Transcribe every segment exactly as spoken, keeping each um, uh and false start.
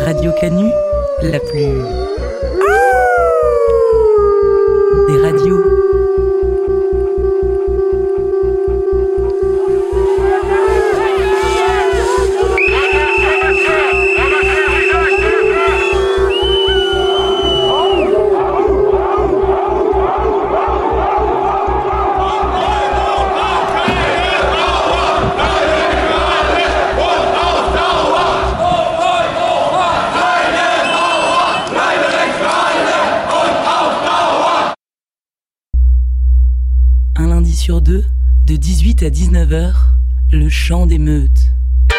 Radio Canu, la plus... des radios. Sur deux, de dix-huit à dix-neuf heures, le chant des meutes.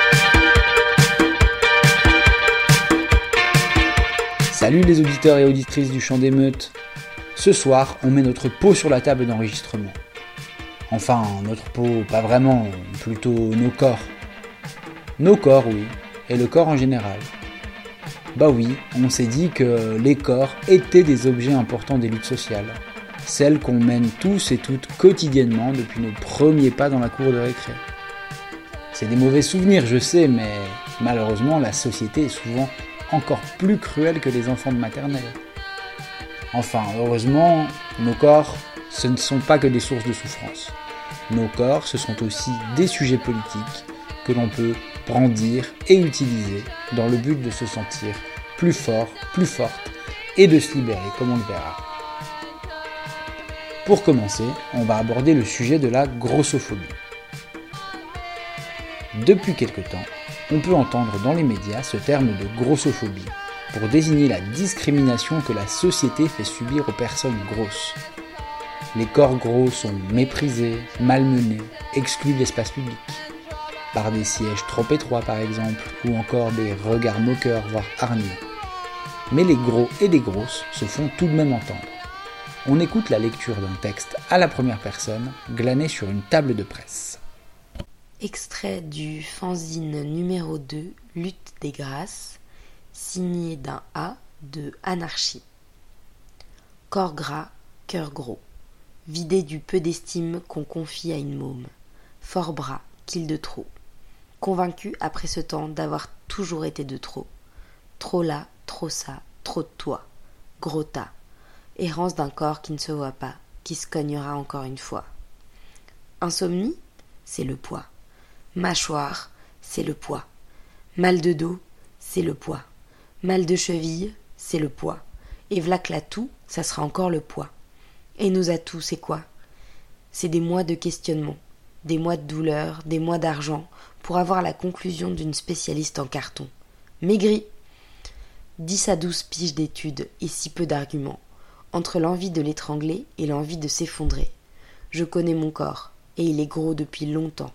Salut les auditeurs et auditrices du chant des meutes. Ce soir, on met notre pot sur la table d'enregistrement. Enfin, notre pot, pas vraiment, plutôt nos corps. Nos corps, oui, et le corps en général. Bah oui, on s'est dit que les corps étaient des objets importants des luttes sociales. Celles qu'on mène tous et toutes quotidiennement depuis nos premiers pas dans la cour de récré. C'est des mauvais souvenirs, je sais, mais malheureusement, la société est souvent encore plus cruelle que les enfants de maternelle. Enfin, heureusement, nos corps, ce ne sont pas que des sources de souffrance. Nos corps, ce sont aussi des sujets politiques que l'on peut brandir et utiliser dans le but de se sentir plus fort, plus forte et de se libérer, comme on le verra. Pour commencer, on va aborder le sujet de la grossophobie. Depuis quelque temps, on peut entendre dans les médias ce terme de grossophobie pour désigner la discrimination que la société fait subir aux personnes grosses. Les corps gros sont méprisés, malmenés, exclus de l'espace public, par des sièges trop étroits par exemple, ou encore des regards moqueurs voire hargneux. Mais les gros et les grosses se font tout de même entendre. On écoute la lecture d'un texte à la première personne, glané sur une table de presse. Extrait du fanzine numéro deux, Lutte des Grâces, signé d'un A de Anarchie. Corps gras, cœur gros, vidé du peu d'estime qu'on confie à une môme, fort bras, qu'il de trop, convaincu après ce temps d'avoir toujours été de trop, trop là, trop ça, trop de toi, gros tas. Errance d'un corps qui ne se voit pas, qui se cognera encore une fois. Insomnie, c'est le poids. Mâchoire, c'est le poids. Mal de dos, c'est le poids. Mal de cheville, c'est le poids. Et v'là que la toux, ça sera encore le poids. Et nos atouts, c'est quoi? C'est des mois de questionnement, des mois de douleur, des mois d'argent, pour avoir la conclusion d'une spécialiste en carton. Maigri. Dix à douze piges d'études et si peu d'arguments. Entre l'envie de l'étrangler et l'envie de s'effondrer. Je connais mon corps, et il est gros depuis longtemps.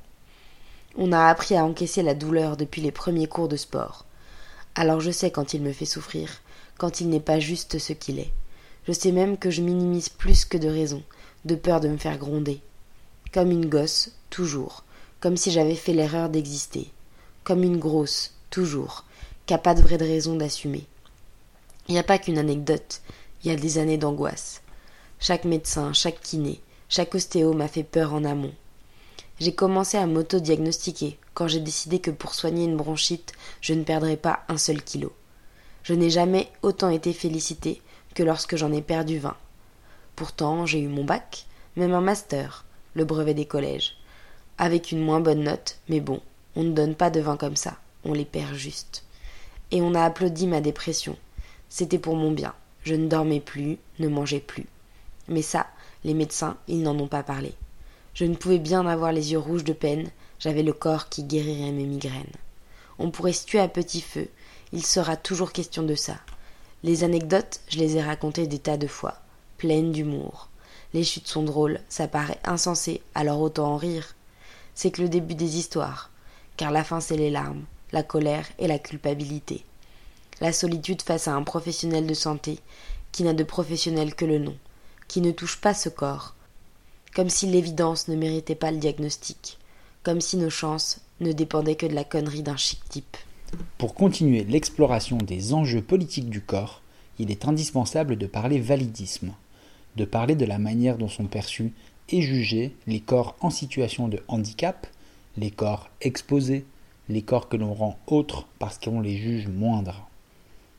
On a appris à encaisser la douleur depuis les premiers cours de sport. Alors je sais quand il me fait souffrir, quand il n'est pas juste ce qu'il est. Je sais même que je minimise plus que de raison, de peur de me faire gronder. Comme une gosse, toujours, comme si j'avais fait l'erreur d'exister. Comme une grosse, toujours, qui n'a pas de vraie raison d'assumer. Il n'y a pas qu'une anecdote. Il y a des années d'angoisse. Chaque médecin, chaque kiné, chaque ostéo m'a fait peur en amont. J'ai commencé à m'auto-diagnostiquer quand j'ai décidé que pour soigner une bronchite, je ne perdrais pas un seul kilo. Je n'ai jamais autant été félicitée que lorsque j'en ai perdu vingt. Pourtant, j'ai eu mon bac, même un master, le brevet des collèges, avec une moins bonne note, mais bon, on ne donne pas de vin comme ça, on les perd juste. Et on a applaudi ma dépression. C'était pour mon bien. Je ne dormais plus, ne mangeais plus. Mais ça, les médecins, ils n'en ont pas parlé. Je ne pouvais bien avoir les yeux rouges de peine, j'avais le corps qui guérirait mes migraines. On pourrait se tuer à petit feu, il sera toujours question de ça. Les anecdotes, je les ai racontées des tas de fois, pleines d'humour. Les chutes sont drôles, ça paraît insensé, alors autant en rire. C'est que le début des histoires, car la fin c'est les larmes, la colère et la culpabilité. La solitude face à un professionnel de santé qui n'a de professionnel que le nom, qui ne touche pas ce corps, comme si l'évidence ne méritait pas le diagnostic, comme si nos chances ne dépendaient que de la connerie d'un chic type. Pour continuer l'exploration des enjeux politiques du corps, il est indispensable de parler validisme, de parler de la manière dont sont perçus et jugés les corps en situation de handicap, les corps exposés, les corps que l'on rend autres parce qu'on les juge moindres.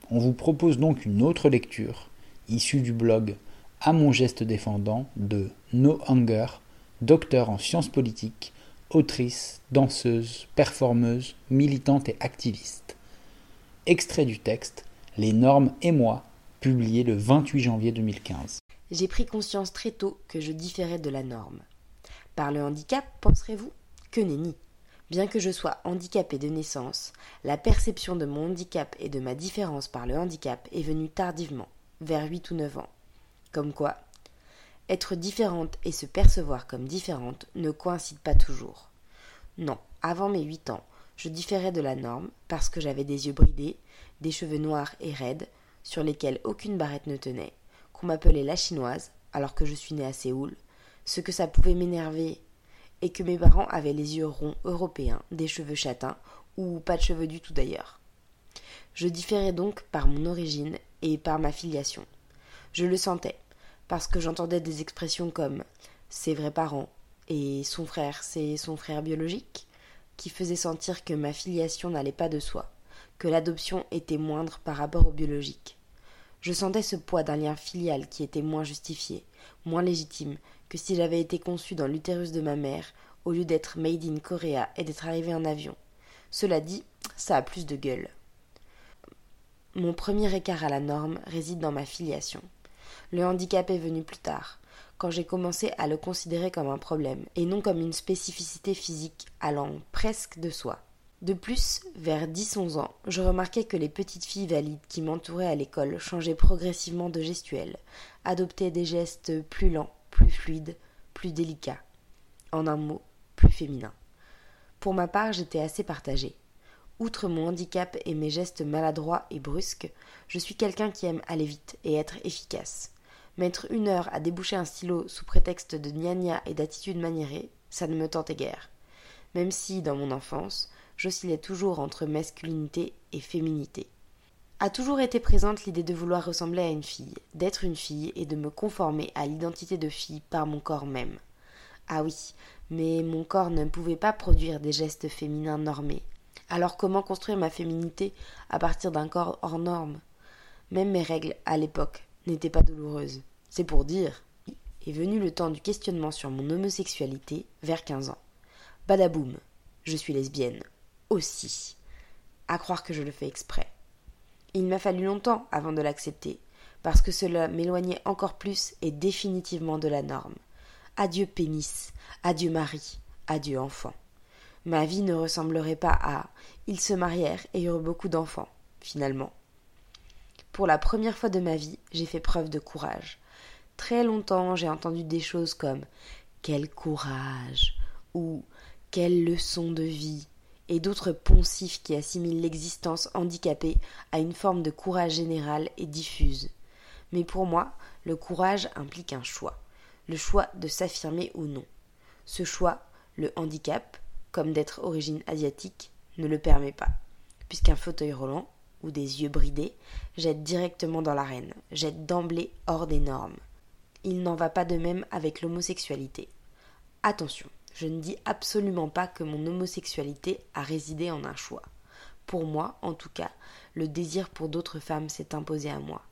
On vous propose donc une autre lecture, issue du blog À mon geste défendant de No Hunger, docteur en sciences politiques, autrice, danseuse, performeuse, militante et activiste. Extrait du texte « Les normes et moi », publié le vingt-huit janvier deux mille quinze. J'ai pris conscience très tôt que je différais de la norme. Par le handicap, penserez-vous ? Que nenni ! Bien que je sois handicapée de naissance, la perception de mon handicap et de ma différence par le handicap est venue tardivement, vers huit ou neuf ans. Comme quoi, être différente et se percevoir comme différente ne coïncide pas toujours. Non, avant mes huit ans, je différais de la norme parce que j'avais des yeux bridés, des cheveux noirs et raides, sur lesquels aucune barrette ne tenait, qu'on m'appelait la chinoise, alors que je suis née à Séoul, ce que ça pouvait m'énerver, et que mes parents avaient les yeux ronds européens, des cheveux châtains, ou pas de cheveux du tout d'ailleurs. Je différais donc par mon origine et par ma filiation. Je le sentais, parce que j'entendais des expressions comme « ses vrais parents » et « son frère, c'est son frère biologique », qui faisaient sentir que ma filiation n'allait pas de soi, que l'adoption était moindre par rapport au biologique. Je sentais ce poids d'un lien filial qui était moins justifié, moins légitime que si j'avais été conçue dans l'utérus de ma mère au lieu d'être made in Korea et d'être arrivée en avion. Cela dit, ça a plus de gueule. Mon premier écart à la norme réside dans ma filiation. Le handicap est venu plus tard, quand j'ai commencé à le considérer comme un problème et non comme une spécificité physique allant presque de soi. De plus, vers dix à onze ans, je remarquais que les petites filles valides qui m'entouraient à l'école changeaient progressivement de gestuelle, adoptaient des gestes plus lents, plus fluides, plus délicats. En un mot, plus féminins. Pour ma part, j'étais assez partagée. Outre mon handicap et mes gestes maladroits et brusques, je suis quelqu'un qui aime aller vite et être efficace. Mettre une heure à déboucher un stylo sous prétexte de gna-gna et d'attitude maniérée, ça ne me tentait guère. Même si, dans mon enfance, j'oscillais toujours entre masculinité et féminité. A toujours été présente l'idée de vouloir ressembler à une fille, d'être une fille et de me conformer à l'identité de fille par mon corps même. Ah oui, mais mon corps ne pouvait pas produire des gestes féminins normés. Alors comment construire ma féminité à partir d'un corps hors norme ? Même mes règles, à l'époque, n'étaient pas douloureuses. C'est pour dire. Est venu le temps du questionnement sur mon homosexualité vers quinze ans. Badaboum, je suis lesbienne. Aussi. À croire que je le fais exprès. Il m'a fallu longtemps avant de l'accepter, parce que cela m'éloignait encore plus et définitivement de la norme. Adieu pénis, adieu mari, adieu enfant. Ma vie ne ressemblerait pas à « ils se marièrent et eurent beaucoup d'enfants », finalement. Pour la première fois de ma vie, j'ai fait preuve de courage. Très longtemps, j'ai entendu des choses comme « quel courage » ou « quelle leçon de vie » et d'autres poncifs qui assimilent l'existence handicapée à une forme de courage général et diffuse. Mais pour moi, le courage implique un choix, le choix de s'affirmer ou non. Ce choix, le handicap, comme d'être origine asiatique, ne le permet pas, puisqu'un fauteuil roulant ou des yeux bridés jette directement dans l'arène, jette d'emblée hors des normes. Il n'en va pas de même avec l'homosexualité. Attention, je ne dis absolument pas que mon homosexualité a résidé en un choix. Pour moi, en tout cas, le désir pour d'autres femmes s'est imposé à moi.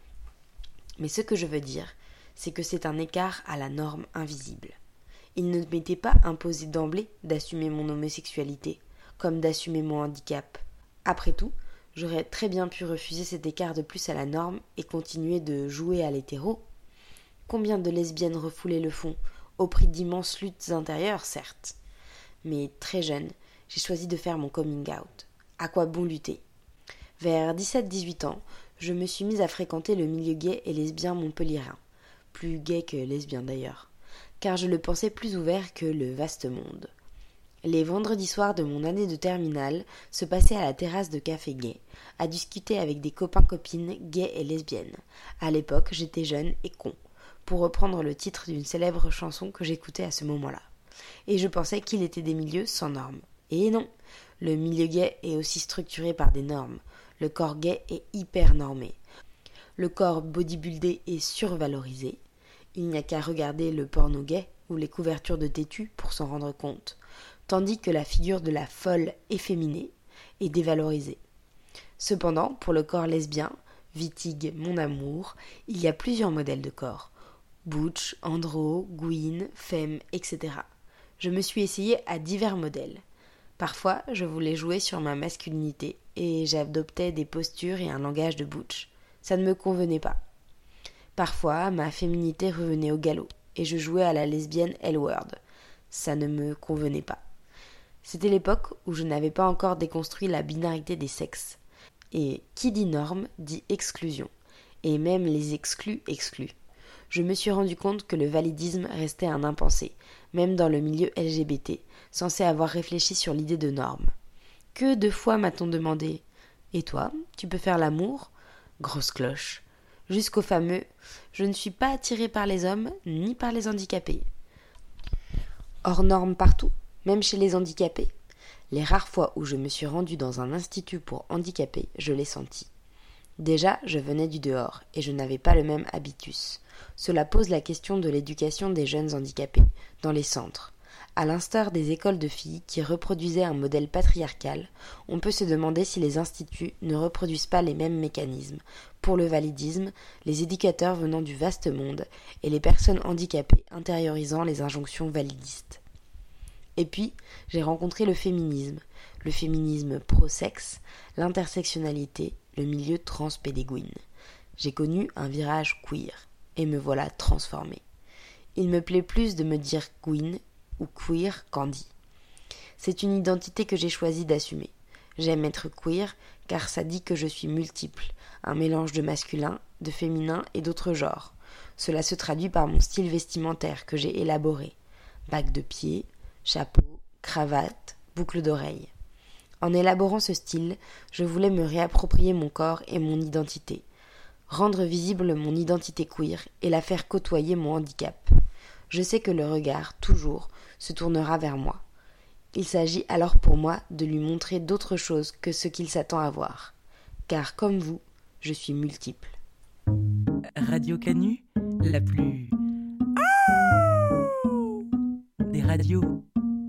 Mais ce que je veux dire, c'est que c'est un écart à la norme invisible. Il ne m'était pas imposé d'emblée d'assumer mon homosexualité, comme d'assumer mon handicap. Après tout, j'aurais très bien pu refuser cet écart de plus à la norme et continuer de jouer à l'hétéro. Combien de lesbiennes refoulées le font, au prix d'immenses luttes intérieures, certes. Mais très jeune, j'ai choisi de faire mon coming out. À quoi bon lutter ? Vers dix-sept à dix-huit ans, je me suis mise à fréquenter le milieu gay et lesbien montpelliérain. Plus gay que lesbien d'ailleurs, car je le pensais plus ouvert que le vaste monde. Les vendredis soirs de mon année de terminale se passaient à la terrasse de café gay, à discuter avec des copains-copines gays et lesbiennes. À l'époque, j'étais jeune et con, pour reprendre le titre d'une célèbre chanson que j'écoutais à ce moment-là. Et je pensais qu'il était des milieux sans normes. Et non, le milieu gay est aussi structuré par des normes. Le corps gay est hyper normé. Le corps bodybuildé est survalorisé. Il n'y a qu'à regarder le porno gay ou les couvertures de tétus pour s'en rendre compte. Tandis que la figure de la folle efféminée est dévalorisée. Cependant, pour le corps lesbien, Wittig, mon amour, il y a plusieurs modèles de corps. Butch, andro, gwyn, femme, et cetera. Je me suis essayée à divers modèles. Parfois, je voulais jouer sur ma masculinité et j'adoptais des postures et un langage de butch. Ça ne me convenait pas. Parfois, ma féminité revenait au galop et je jouais à la lesbienne L-word. Ça ne me convenait pas. C'était l'époque où je n'avais pas encore déconstruit la binarité des sexes. Et qui dit norme dit exclusion. Et même les exclus excluent. Je me suis rendu compte que le validisme restait un impensé, même dans le milieu L G B T, censé avoir réfléchi sur l'idée de norme. Que de fois m'a-t-on demandé « Et toi, tu peux faire l'amour ?» Grosse cloche. Jusqu'au fameux « Je ne suis pas attirée par les hommes, ni par les handicapés ». Hors norme partout, même chez les handicapés. Les rares fois où je me suis rendue dans un institut pour handicapés, je l'ai senti. Déjà, je venais du dehors, et je n'avais pas le même habitus. Cela pose la question de l'éducation des jeunes handicapés, dans les centres. À l'instar des écoles de filles qui reproduisaient un modèle patriarcal, on peut se demander si les instituts ne reproduisent pas les mêmes mécanismes. Pour le validisme, les éducateurs venant du vaste monde, et les personnes handicapées intériorisant les injonctions validistes. Et puis, j'ai rencontré le féminisme, le féminisme pro-sexe, l'intersectionnalité, le milieu transpédéguine. J'ai connu un virage queer, et me voilà transformée. Il me plaît plus de me dire gwyn ou queer qu'Andy. C'est une identité que j'ai choisi d'assumer. J'aime être queer car ça dit que je suis multiple, un mélange de masculin, de féminin et d'autres genres. Cela se traduit par mon style vestimentaire que j'ai élaboré. Bague de pied, chapeau, cravate, boucle d'oreille. En élaborant ce style, je voulais me réapproprier mon corps et mon identité, rendre visible mon identité queer et la faire côtoyer mon handicap. Je sais que le regard, toujours, se tournera vers moi. Il s'agit alors pour moi de lui montrer d'autres choses que ce qu'il s'attend à voir. Car comme vous, je suis multiple. Radio Canu, la plus... des radios.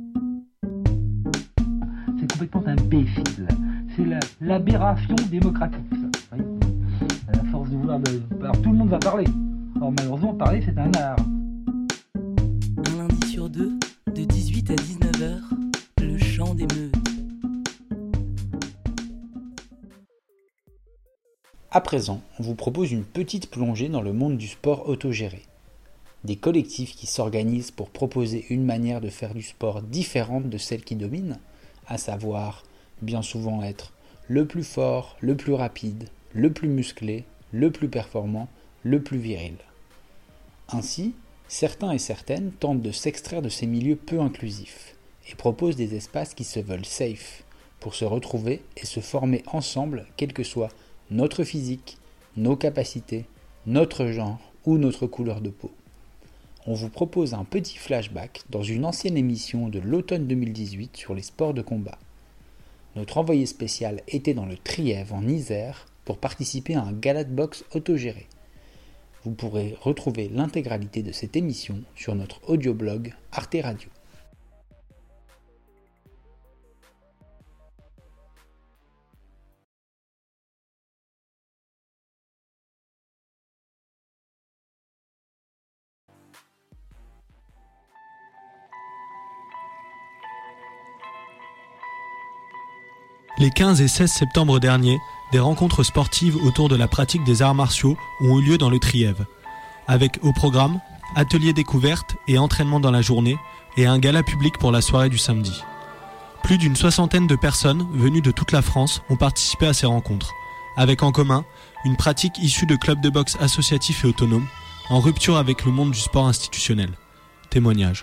C'est complètement imbécile. C'est la, l'aberration démocratique, ça. Oui. À la force de vouloir... De... Alors tout le monde va parler. Or malheureusement, parler, c'est un art. Un lundi sur deux, de dix-huit à dix-neuf heures, le chant des meutes. À présent, on vous propose une petite plongée dans le monde du sport autogéré. Des collectifs qui s'organisent pour proposer une manière de faire du sport différente de celle qui domine, à savoir, bien souvent être le plus fort, le plus rapide, le plus musclé, le plus performant, le plus viril. Ainsi, certains et certaines tentent de s'extraire de ces milieux peu inclusifs et proposent des espaces qui se veulent safe pour se retrouver et se former ensemble, quel que soit notre physique, nos capacités, notre genre ou notre couleur de peau. On vous propose un petit flashback dans une ancienne émission de l'automne deux mille dix-huit sur les sports de combat. Notre envoyé spécial était dans le Trièves en Isère pour participer à un gala de boxe autogéré. Vous pourrez retrouver l'intégralité de cette émission sur notre audioblog Arte Radio. Les quinze et seize septembre dernier, des rencontres sportives autour de la pratique des arts martiaux ont eu lieu dans le Trièves. Avec au programme, ateliers découvertes et entraînement dans la journée et un gala public pour la soirée du samedi. Plus d'une soixantaine de personnes venues de toute la France ont participé à ces rencontres, avec en commun une pratique issue de clubs de boxe associatifs et autonomes, en rupture avec le monde du sport institutionnel. Témoignage.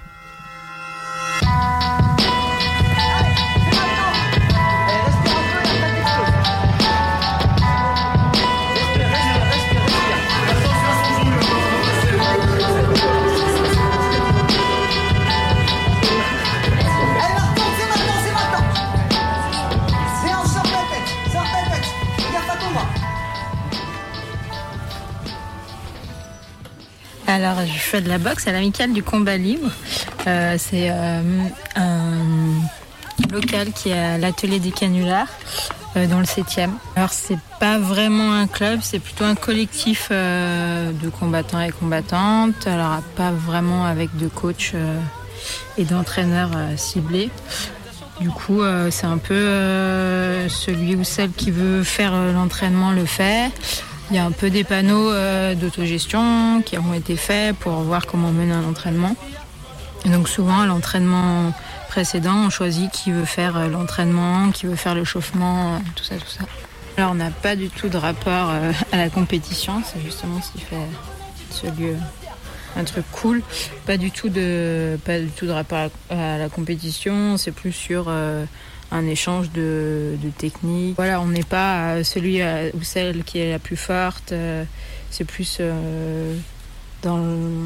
Alors, je fais de la boxe à l'Amicale du Combat Libre. Euh, c'est euh, un local qui est à l'atelier des canulars. euh, dans le septième. Alors c'est pas vraiment un club, c'est plutôt un collectif euh, de combattants et combattantes. Alors pas vraiment avec de coachs euh, et d'entraîneurs euh, ciblés. Du coup, euh, c'est un peu euh, celui ou celle qui veut faire euh, l'entraînement le fait. Il y a un peu des panneaux euh, d'autogestion qui ont été faits pour voir comment mener un entraînement. Et donc souvent, à l'entraînement précédent, on choisit qui veut faire euh, l'entraînement, qui veut faire le chauffement, euh, tout ça, tout ça. Alors, on n'a pas du tout de rapport euh, à la compétition. C'est justement ce qui fait ce lieu un truc cool. Pas du tout de, pas du tout de rapport à la, à la compétition. C'est plus sur euh, un échange de, de techniques. Voilà, on n'est pas celui ou celle qui est la plus forte. Euh, c'est plus euh, dans,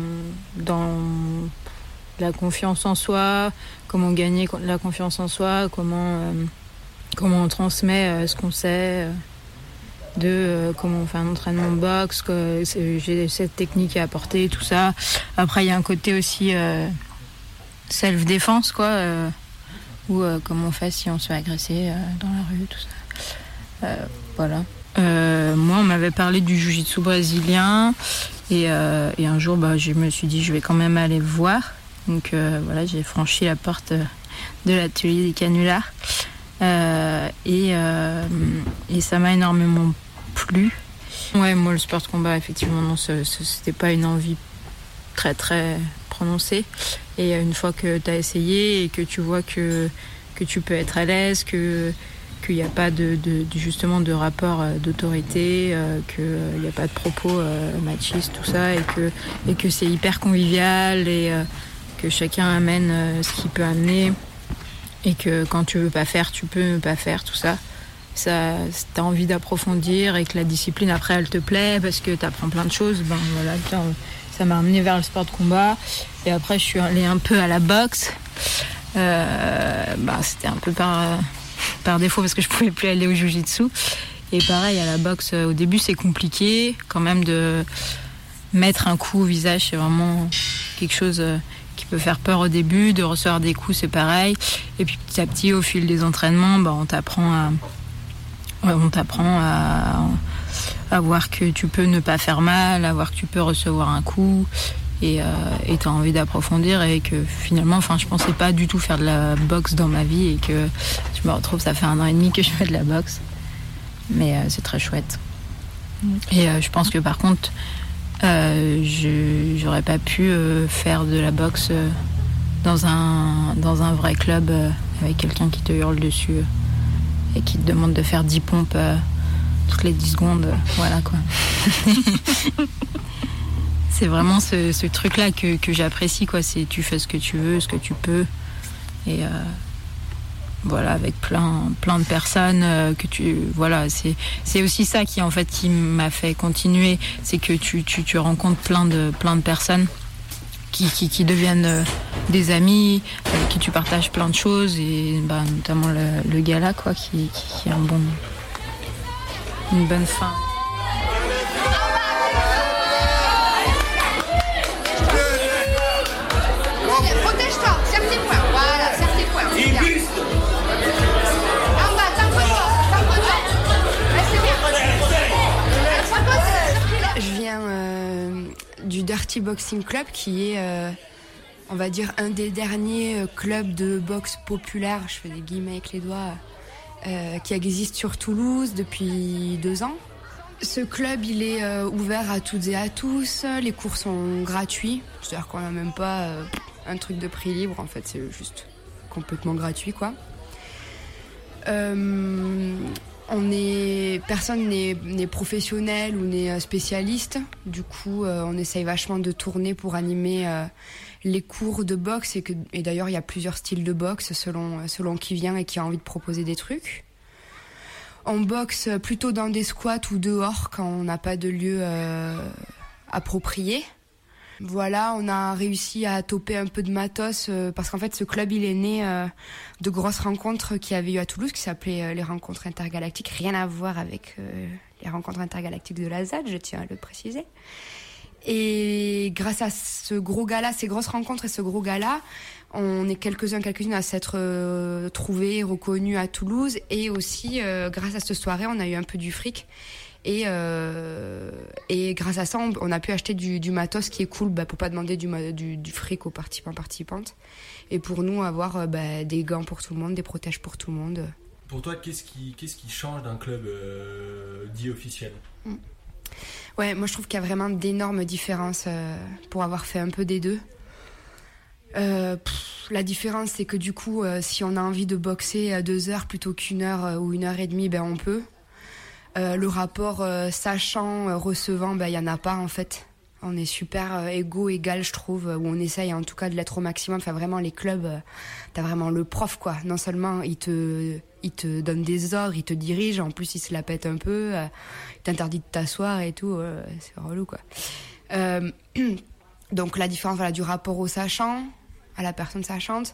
dans la confiance en soi, comment gagner la confiance en soi, comment, euh, comment on transmet euh, ce qu'on sait. Euh, de euh, comment on fait un entraînement de boxe, que j'ai cette technique à apporter, tout ça. Après, il y a un côté aussi euh, self-défense, quoi, euh, ou euh, comment on fait si on se fait agresser euh, dans la rue, tout ça. Euh, voilà. Euh, moi, on m'avait parlé du jiu-jitsu brésilien, et, euh, et un jour, bah, je me suis dit, je vais quand même aller voir. Donc euh, voilà, j'ai franchi la porte de l'atelier des canulars. Euh, et, euh, et ça m'a énormément plu. Ouais, moi le sport de combat, effectivement, non, ce, ce, c'était pas une envie très très prononcée. Et une fois que tu as essayé et que tu vois que, que tu peux être à l'aise, que qu'il n'y a pas de, de, de justement de rapport d'autorité, euh, qu'il n'y a pas de propos euh, machistes, tout ça, et que, et que c'est hyper convivial et euh, que chacun amène euh, ce qu'il peut amener. Et que quand tu veux pas faire, tu peux pas faire, tout ça. Ça, t'as envie d'approfondir et que la discipline après elle te plaît parce que t'apprends plein de choses. Ben voilà, ça m'a amené vers le sport de combat. Et après, je suis allée un peu à la boxe. Euh, ben, c'était un peu par par défaut parce que je pouvais plus aller au jiu-jitsu. Et pareil à la boxe, au début c'est compliqué quand même de mettre un coup au visage. C'est vraiment quelque chose qui peut faire peur au début, de recevoir des coups, c'est pareil. Et puis petit à petit, au fil des entraînements, bah, on t'apprend à, on t'apprend à, à voir que tu peux ne pas faire mal, à voir que tu peux recevoir un coup, et euh, et t'as envie d'approfondir, et que finalement, enfin, je pensais pas du tout faire de la boxe dans ma vie, et que je me retrouve, ça fait un an et demi que je fais de la boxe, mais euh, c'est très chouette. Et euh, je pense que par contre, Euh, je j'aurais pas pu euh, faire de la boxe euh, dans un dans un vrai club euh, avec quelqu'un qui te hurle dessus euh, et qui te demande de faire dix pompes euh, toutes les dix secondes, euh, voilà quoi. C'est vraiment ce, ce truc là que, que j'apprécie, quoi. C'est tu fais ce que tu veux, ce que tu peux, et euh, voilà, avec plein plein de personnes euh, que tu voilà, c'est c'est aussi ça qui en fait qui m'a fait continuer, c'est que tu tu tu rencontres plein de plein de personnes qui qui qui deviennent euh, des amis, avec qui tu partages plein de choses, et bah notamment le, le gala, quoi, qui qui a un bon une bonne fin. Protège-toi, serre tes poings, voilà, serre tes poings. Et buste. En bas, t'en prends, t'en prends. C'est bien. Je viens euh, du Dirty Boxing Club, qui est, euh, on va dire, un des derniers clubs de boxe populaire, je fais des guillemets avec les doigts, euh, qui existe sur Toulouse depuis deux ans. Ce club, il est euh, ouvert à toutes et à tous. Les cours sont gratuits, c'est-à-dire qu'on n'a même pas euh, un truc de prix libre, en fait, c'est juste complètement gratuit, quoi. Euh, on est, personne n'est, n'est professionnel ou n'est spécialiste. Du coup, euh, on essaye vachement de tourner pour animer euh, les cours de boxe. Et, que, et d'ailleurs, il y a plusieurs styles de boxe selon, selon qui vient et qui a envie de proposer des trucs. On boxe plutôt dans des squats ou dehors quand on n'a pas de lieu euh, approprié. Voilà, on a réussi à toper un peu de matos euh, parce qu'en fait ce club il est né euh, de grosses rencontres qu'il y avait eu à Toulouse qui s'appelaient euh, les rencontres intergalactiques, rien à voir avec euh, les rencontres intergalactiques de la Z A D, je tiens à le préciser. Et grâce à ce gros gala, ces grosses rencontres et ce gros gala, On est quelques-uns, quelques-unes à s'être euh, trouvés, reconnus à Toulouse. Et aussi, euh, grâce à cette soirée, on a eu un peu du fric. Et, euh, et grâce à ça, on, on a pu acheter du, du matos qui est cool bah, pour pas demander du, du, du fric aux participants, participantes. Et pour nous, avoir euh, bah, des gants pour tout le monde, des protèges pour tout le monde. Pour toi, qu'est-ce qui, qu'est-ce qui change d'un club euh, dit officiel ? mmh. Ouais, moi je trouve qu'il y a vraiment d'énormes différences euh, pour avoir fait un peu des deux. Euh, pff, la différence, c'est que du coup, euh, si on a envie de boxer à deux heures plutôt qu'une heure euh, ou une heure et demie, ben on peut. Euh, le rapport euh, sachant, euh, recevant, ben il y en a pas en fait. On est super euh, égaux, égal, je trouve, où on essaye en tout cas de l'être au maximum. Enfin, vraiment, les clubs, euh, t'as vraiment le prof, quoi. Non seulement il te, il te donne des ordres, il te dirige, en plus il se la pète un peu, euh, il t'interdit de t'asseoir et tout, euh, c'est relou, quoi. Euh, donc la différence, voilà, du rapport au sachant, à la personne sachante.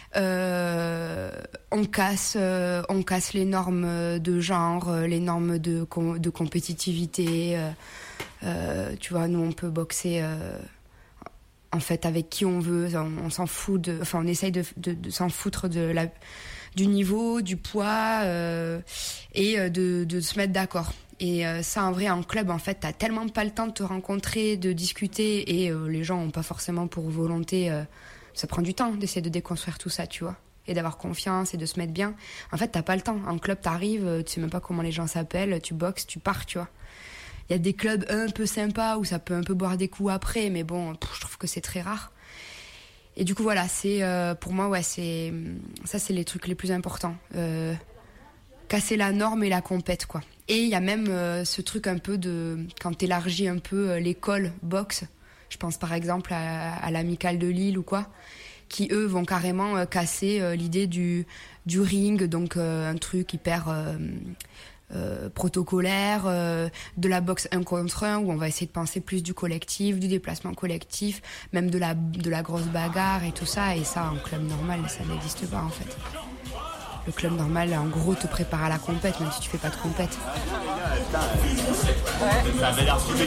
Euh, on casse, euh, on casse les normes de genre, euh, les normes de, com- de compétitivité. Euh, euh, tu vois, nous on peut boxer euh, en fait avec qui on veut. On, on s'en fout de, enfin on essaye de, de, de s'en foutre de la, du niveau, du poids euh, et de, de se mettre d'accord. Et euh, ça, en vrai, en club, en fait, t'as tellement pas le temps de te rencontrer, de discuter, et euh, les gens ont pas forcément pour volonté. Euh, ça prend du temps d'essayer de déconstruire tout ça, tu vois, et d'avoir confiance et de se mettre bien. En fait, t'as pas le temps. En club, t'arrives, tu sais même pas comment les gens s'appellent, tu boxes, tu pars, tu vois. Il y a des clubs un peu sympas où ça peut un peu boire des coups après, mais bon, pff, je trouve que c'est très rare. Et du coup, voilà, c'est euh, pour moi, ouais, c'est ça, c'est les trucs les plus importants. Euh, casser la norme et la compète, quoi. Et il y a même euh, ce truc un peu de quand t'élargis un peu euh, l'école boxe. Je pense par exemple à, à l'Amicale de Lille ou quoi, qui eux vont carrément euh, casser euh, l'idée du, du ring, donc euh, un truc hyper euh, euh, protocolaire, euh, de la boxe un contre un, où on va essayer de penser plus du collectif, du déplacement collectif, même de la, de la grosse bagarre et tout ça, et ça en club normal ça n'existe pas en fait. Le club normal, en gros, te prépare à la compète, même si tu fais pas de compète. Ça avait l'air super.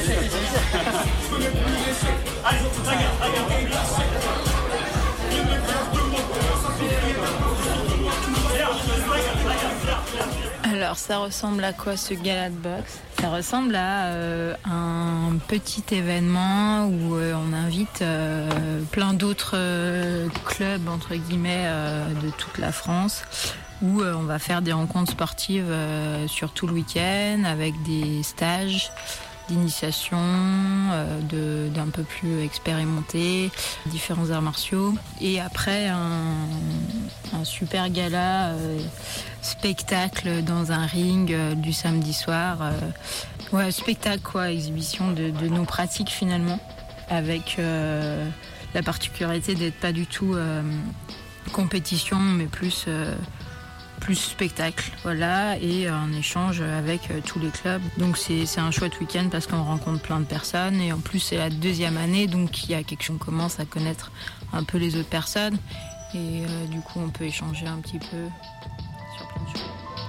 Alors, ça ressemble à quoi ce gala de boxe ? Ça ressemble à euh, un petit événement où euh, on invite euh, plein d'autres euh, clubs, entre guillemets, euh, de toute la France, où euh, on va faire des rencontres sportives euh, sur tout le week-end, avec des stages d'initiation, euh, de, d'un peu plus expérimenté, différents arts martiaux. Et après, un, un super gala, euh, spectacle dans un ring euh, du samedi soir. Euh, ouais, spectacle, quoi, exhibition de, de nos pratiques finalement, avec euh, la particularité d'être pas du tout euh, compétition, mais plus... Euh, plus spectacle, voilà, et un échange avec euh, tous les clubs. Donc c'est, c'est un chouette week-end parce qu'on rencontre plein de personnes, et en plus c'est la deuxième année, donc il y a quelque chose, on commence à connaître un peu les autres personnes, et euh, du coup on peut échanger un petit peu sur plein de choses.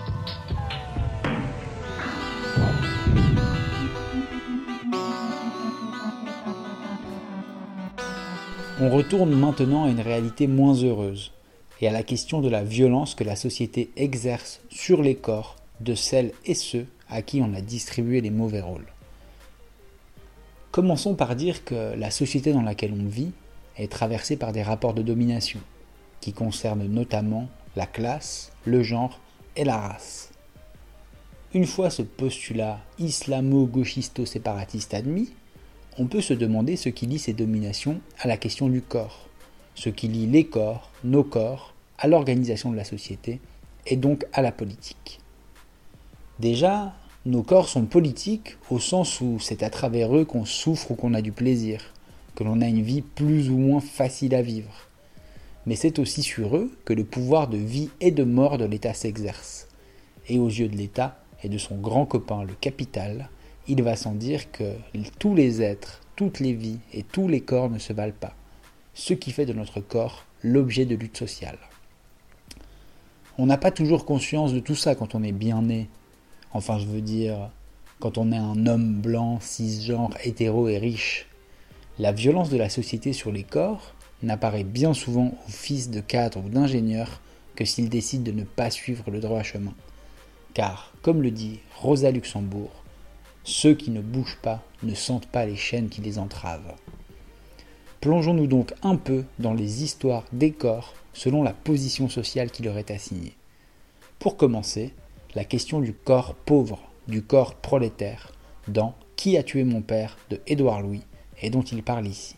On retourne maintenant à une réalité moins heureuse, et à la question de la violence que la société exerce sur les corps de celles et ceux à qui on a distribué les mauvais rôles. Commençons par dire que la société dans laquelle on vit est traversée par des rapports de domination, qui concernent notamment la classe, le genre et la race. Une fois ce postulat islamo-gauchisto-séparatiste admis, on peut se demander ce qui lie ces dominations à la question du corps, ce qui lie les corps, nos corps, à l'organisation de la société et donc à la politique. Déjà, nos corps sont politiques au sens où c'est à travers eux qu'on souffre ou qu'on a du plaisir, que l'on a une vie plus ou moins facile à vivre. Mais c'est aussi sur eux que le pouvoir de vie et de mort de l'État s'exerce. Et aux yeux de l'État et de son grand copain le capital, il va sans dire que tous les êtres, toutes les vies et tous les corps ne se valent pas, ce qui fait de notre corps l'objet de lutte sociale. On n'a pas toujours conscience de tout ça quand on est bien né. Enfin, je veux dire, quand on est un homme blanc, cisgenre, hétéro et riche. La violence de la société sur les corps, n'apparaît bien souvent au fils de cadre ou d'ingénieur que s'il décide de ne pas suivre le droit chemin. Car, comme le dit Rosa Luxembourg, ceux qui ne bougent pas ne sentent pas les chaînes qui les entravent. Plongeons-nous donc un peu dans les histoires des corps selon la position sociale qui leur est assignée. Pour commencer, la question du corps pauvre, du corps prolétaire, dans « Qui a tué mon père » de Édouard Louis, et dont il parle ici.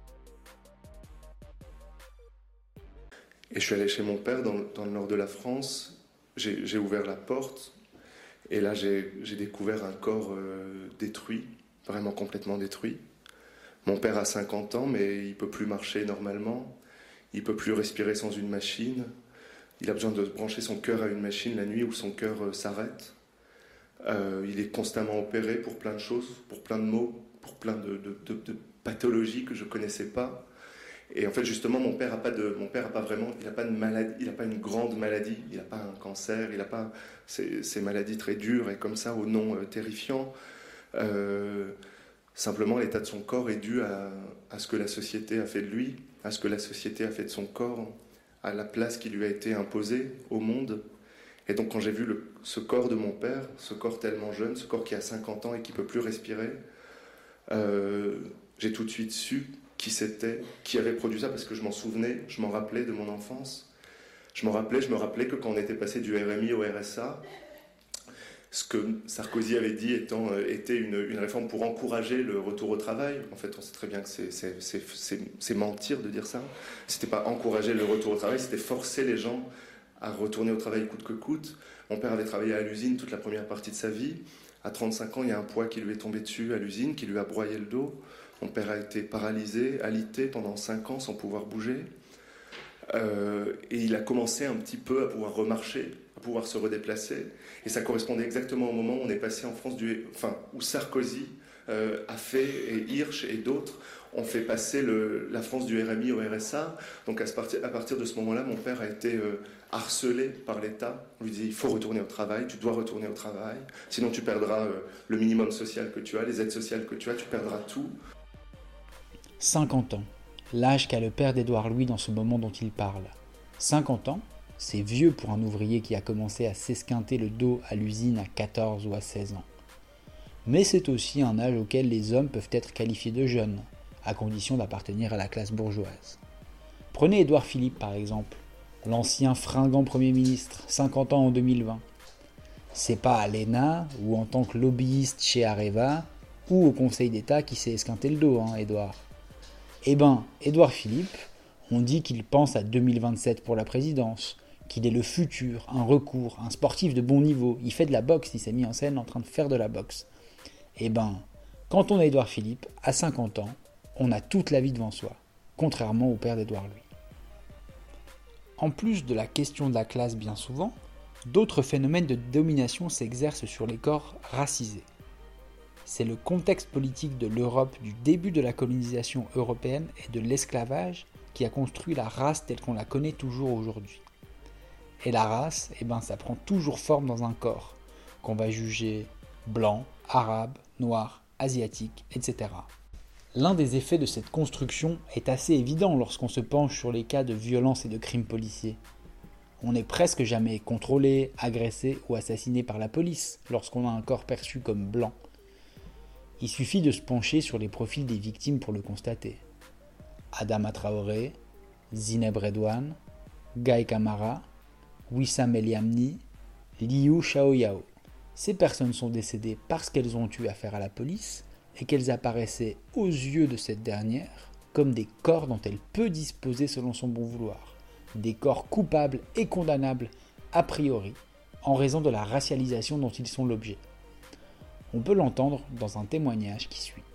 Et je suis allé chez mon père dans, dans le nord de la France, j'ai, j'ai ouvert la porte, et là j'ai, j'ai découvert un corps euh, détruit, vraiment complètement détruit. Mon père a cinquante ans, mais il ne peut plus marcher normalement, il ne peut plus respirer sans une machine, il a besoin de brancher son cœur à une machine la nuit où son cœur euh, s'arrête. Euh, il est constamment opéré pour plein de choses, pour plein de maux, pour plein de, de, de, de pathologies que je ne connaissais pas. Et en fait, justement, mon père n'a pas de, mon père a pas vraiment, il n'a pas de maladie, il n'a pas une grande maladie, il n'a pas un cancer, il n'a pas ces, ces maladies très dures et comme ça, au nom euh, terrifiant. Euh, simplement, l'état de son corps est dû à, à ce que la société a fait de lui, à ce que la société a fait de son corps, à la place qui lui a été imposée au monde. Et donc quand j'ai vu le, ce corps de mon père, ce corps tellement jeune, ce corps qui a cinquante ans et qui ne peut plus respirer, euh, j'ai tout de suite su qui c'était, qui avait produit ça, parce que je m'en souvenais, je m'en rappelais de mon enfance. Je m'en rappelais, je me rappelais que quand on était passé du R M I au R S A, ce que Sarkozy avait dit étant, euh, était une, une réforme pour encourager le retour au travail. En fait, on sait très bien que c'est, c'est, c'est, c'est, c'est mentir de dire ça. C'était pas encourager le retour au travail, c'était forcer les gens à retourner au travail coûte que coûte. Mon père avait travaillé à l'usine toute la première partie de sa vie. À trente-cinq ans, il y a un poids qui lui est tombé dessus à l'usine, qui lui a broyé le dos. Mon père a été paralysé, alité pendant cinq ans sans pouvoir bouger. Euh, et il a commencé un petit peu à pouvoir remarcher, à pouvoir se redéplacer. Et ça correspondait exactement au moment où on est passé en France, du, enfin, où Sarkozy euh, a fait, et Hirsch et d'autres, ont fait passer le, la France du R M I au R S A. Donc à, ce parti, à partir de ce moment-là, mon père a été euh, harcelé par l'État. On lui disait, il faut retourner au travail, tu dois retourner au travail, sinon tu perdras euh, le minimum social que tu as, les aides sociales que tu as, tu perdras tout. cinquante ans, l'âge qu'a le père d'Édouard Louis dans ce moment dont il parle. cinquante ans, c'est vieux pour un ouvrier qui a commencé à s'esquinter le dos à l'usine à quatorze ou à seize ans. Mais c'est aussi un âge auquel les hommes peuvent être qualifiés de jeunes, à condition d'appartenir à la classe bourgeoise. Prenez Édouard Philippe par exemple, l'ancien fringant Premier ministre, cinquante ans en deux mille vingt. C'est pas à l'E N A ou en tant que lobbyiste chez Areva ou au Conseil d'État qui s'est esquinté le dos, hein, Édouard. Eh ben, Édouard Philippe, on dit qu'il pense à deux mille vingt-sept pour la présidence, qu'il est le futur, un recours, un sportif de bon niveau. Il fait de la boxe, il s'est mis en scène en train de faire de la boxe. Eh ben, quand on est Édouard Philippe, à cinquante ans, on a toute la vie devant soi, contrairement au père d'Édouard Louis. En plus de la question de la classe bien souvent, d'autres phénomènes de domination s'exercent sur les corps racisés. C'est le contexte politique de l'Europe du début de la colonisation européenne et de l'esclavage qui a construit la race telle qu'on la connaît toujours aujourd'hui. Et la race, eh ben, ça prend toujours forme dans un corps, qu'on va juger blanc, arabe, noir, asiatique, et cetera. L'un des effets de cette construction est assez évident lorsqu'on se penche sur les cas de violence et de crimes policiers. On n'est presque jamais contrôlé, agressé ou assassiné par la police lorsqu'on a un corps perçu comme blanc. Il suffit de se pencher sur les profils des victimes pour le constater. Adama Traoré, Zineb Redouane, Guy Camara, Wissam El Yamni, Liu Xiaoyao. Ces personnes sont décédées parce qu'elles ont eu affaire à la police et qu'elles apparaissaient aux yeux de cette dernière comme des corps dont elle peut disposer selon son bon vouloir, des corps coupables et condamnables a priori en raison de la racialisation dont ils sont l'objet. On peut l'entendre dans un témoignage qui suit.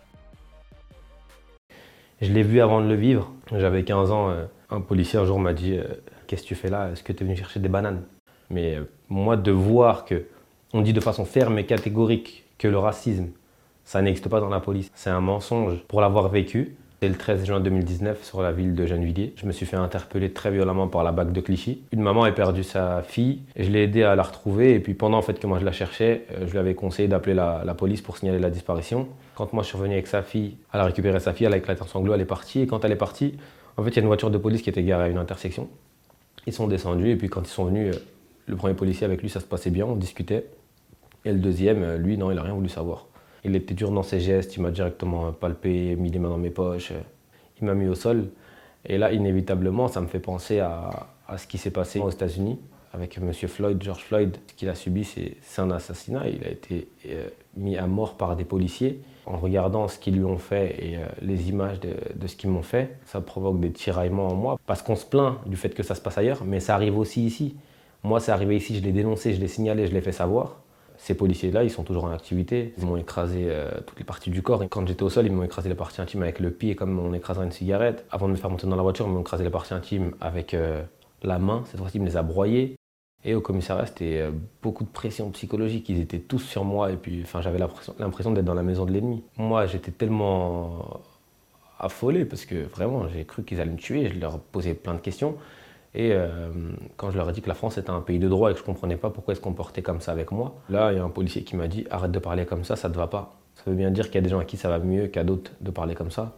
Je l'ai vu avant de le vivre. J'avais quinze ans. Un policier un jour m'a dit euh, « Qu'est-ce que tu fais là? Est-ce que tu es venu chercher des bananes ?» Mais euh, moi, de voir qu'on dit de façon ferme et catégorique que le racisme, ça n'existe pas dans la police. C'est un mensonge. Pour l'avoir vécu, c'est le treize juin deux mille dix-neuf sur la ville de Gennevilliers. Je me suis fait interpeller très violemment par la B A C de Clichy. Une maman a perdu sa fille. Et je l'ai aidée à la retrouver. Et puis pendant en fait, que moi je la cherchais, je lui avais conseillé d'appeler la, la police pour signaler la disparition. Quand moi je suis revenu avec sa fille, elle a récupéré sa fille, elle a éclaté en sanglots, elle est partie. Et quand elle est partie, En fait, il y a une voiture de police qui était garée à une intersection. Ils sont descendus et puis quand ils sont venus, le premier policier avec lui, ça se passait bien, on discutait. Et le deuxième, lui, non, il n'a rien voulu savoir. Il était dur dans ses gestes, il m'a directement palpé, mis les mains dans mes poches, il m'a mis au sol. Et là, inévitablement, ça me fait penser à, à ce qui s'est passé aux États-Unis avec M. Floyd, George Floyd. Ce qu'il a subi, c'est, c'est un assassinat. Il a été euh, mis à mort par des policiers. En regardant ce qu'ils lui ont fait et euh, les images de, de ce qu'ils m'ont fait, ça provoque des tiraillements en moi. Parce qu'on se plaint du fait que ça se passe ailleurs, mais ça arrive aussi ici. Moi, c'est arrivé ici, je l'ai dénoncé, je l'ai signalé, je l'ai fait savoir. Ces policiers-là, ils sont toujours en activité. Ils m'ont écrasé euh, toutes les parties du corps. Et quand j'étais au sol, ils m'ont écrasé les parties intimes avec le pied, comme on écraserait une cigarette. Avant de me faire monter dans la voiture, ils m'ont écrasé les parties intimes avec euh, la main. Cette fois-ci, ils me les a broyées. Et au commissariat, c'était euh, beaucoup de pression psychologique. Ils étaient tous sur moi. Et puis, enfin, j'avais l'impression, l'impression d'être dans la maison de l'ennemi. Moi, j'étais tellement affolé parce que vraiment, j'ai cru qu'ils allaient me tuer. Je leur posais plein de questions. Et euh, quand je leur ai dit que la France était un pays de droit et que je ne comprenais pas pourquoi ils se comportaient comme ça avec moi, là, il y a un policier qui m'a dit « Arrête de parler comme ça, ça ne te va pas ». Ça veut bien dire qu'il y a des gens à qui ça va mieux qu'à d'autres de parler comme ça.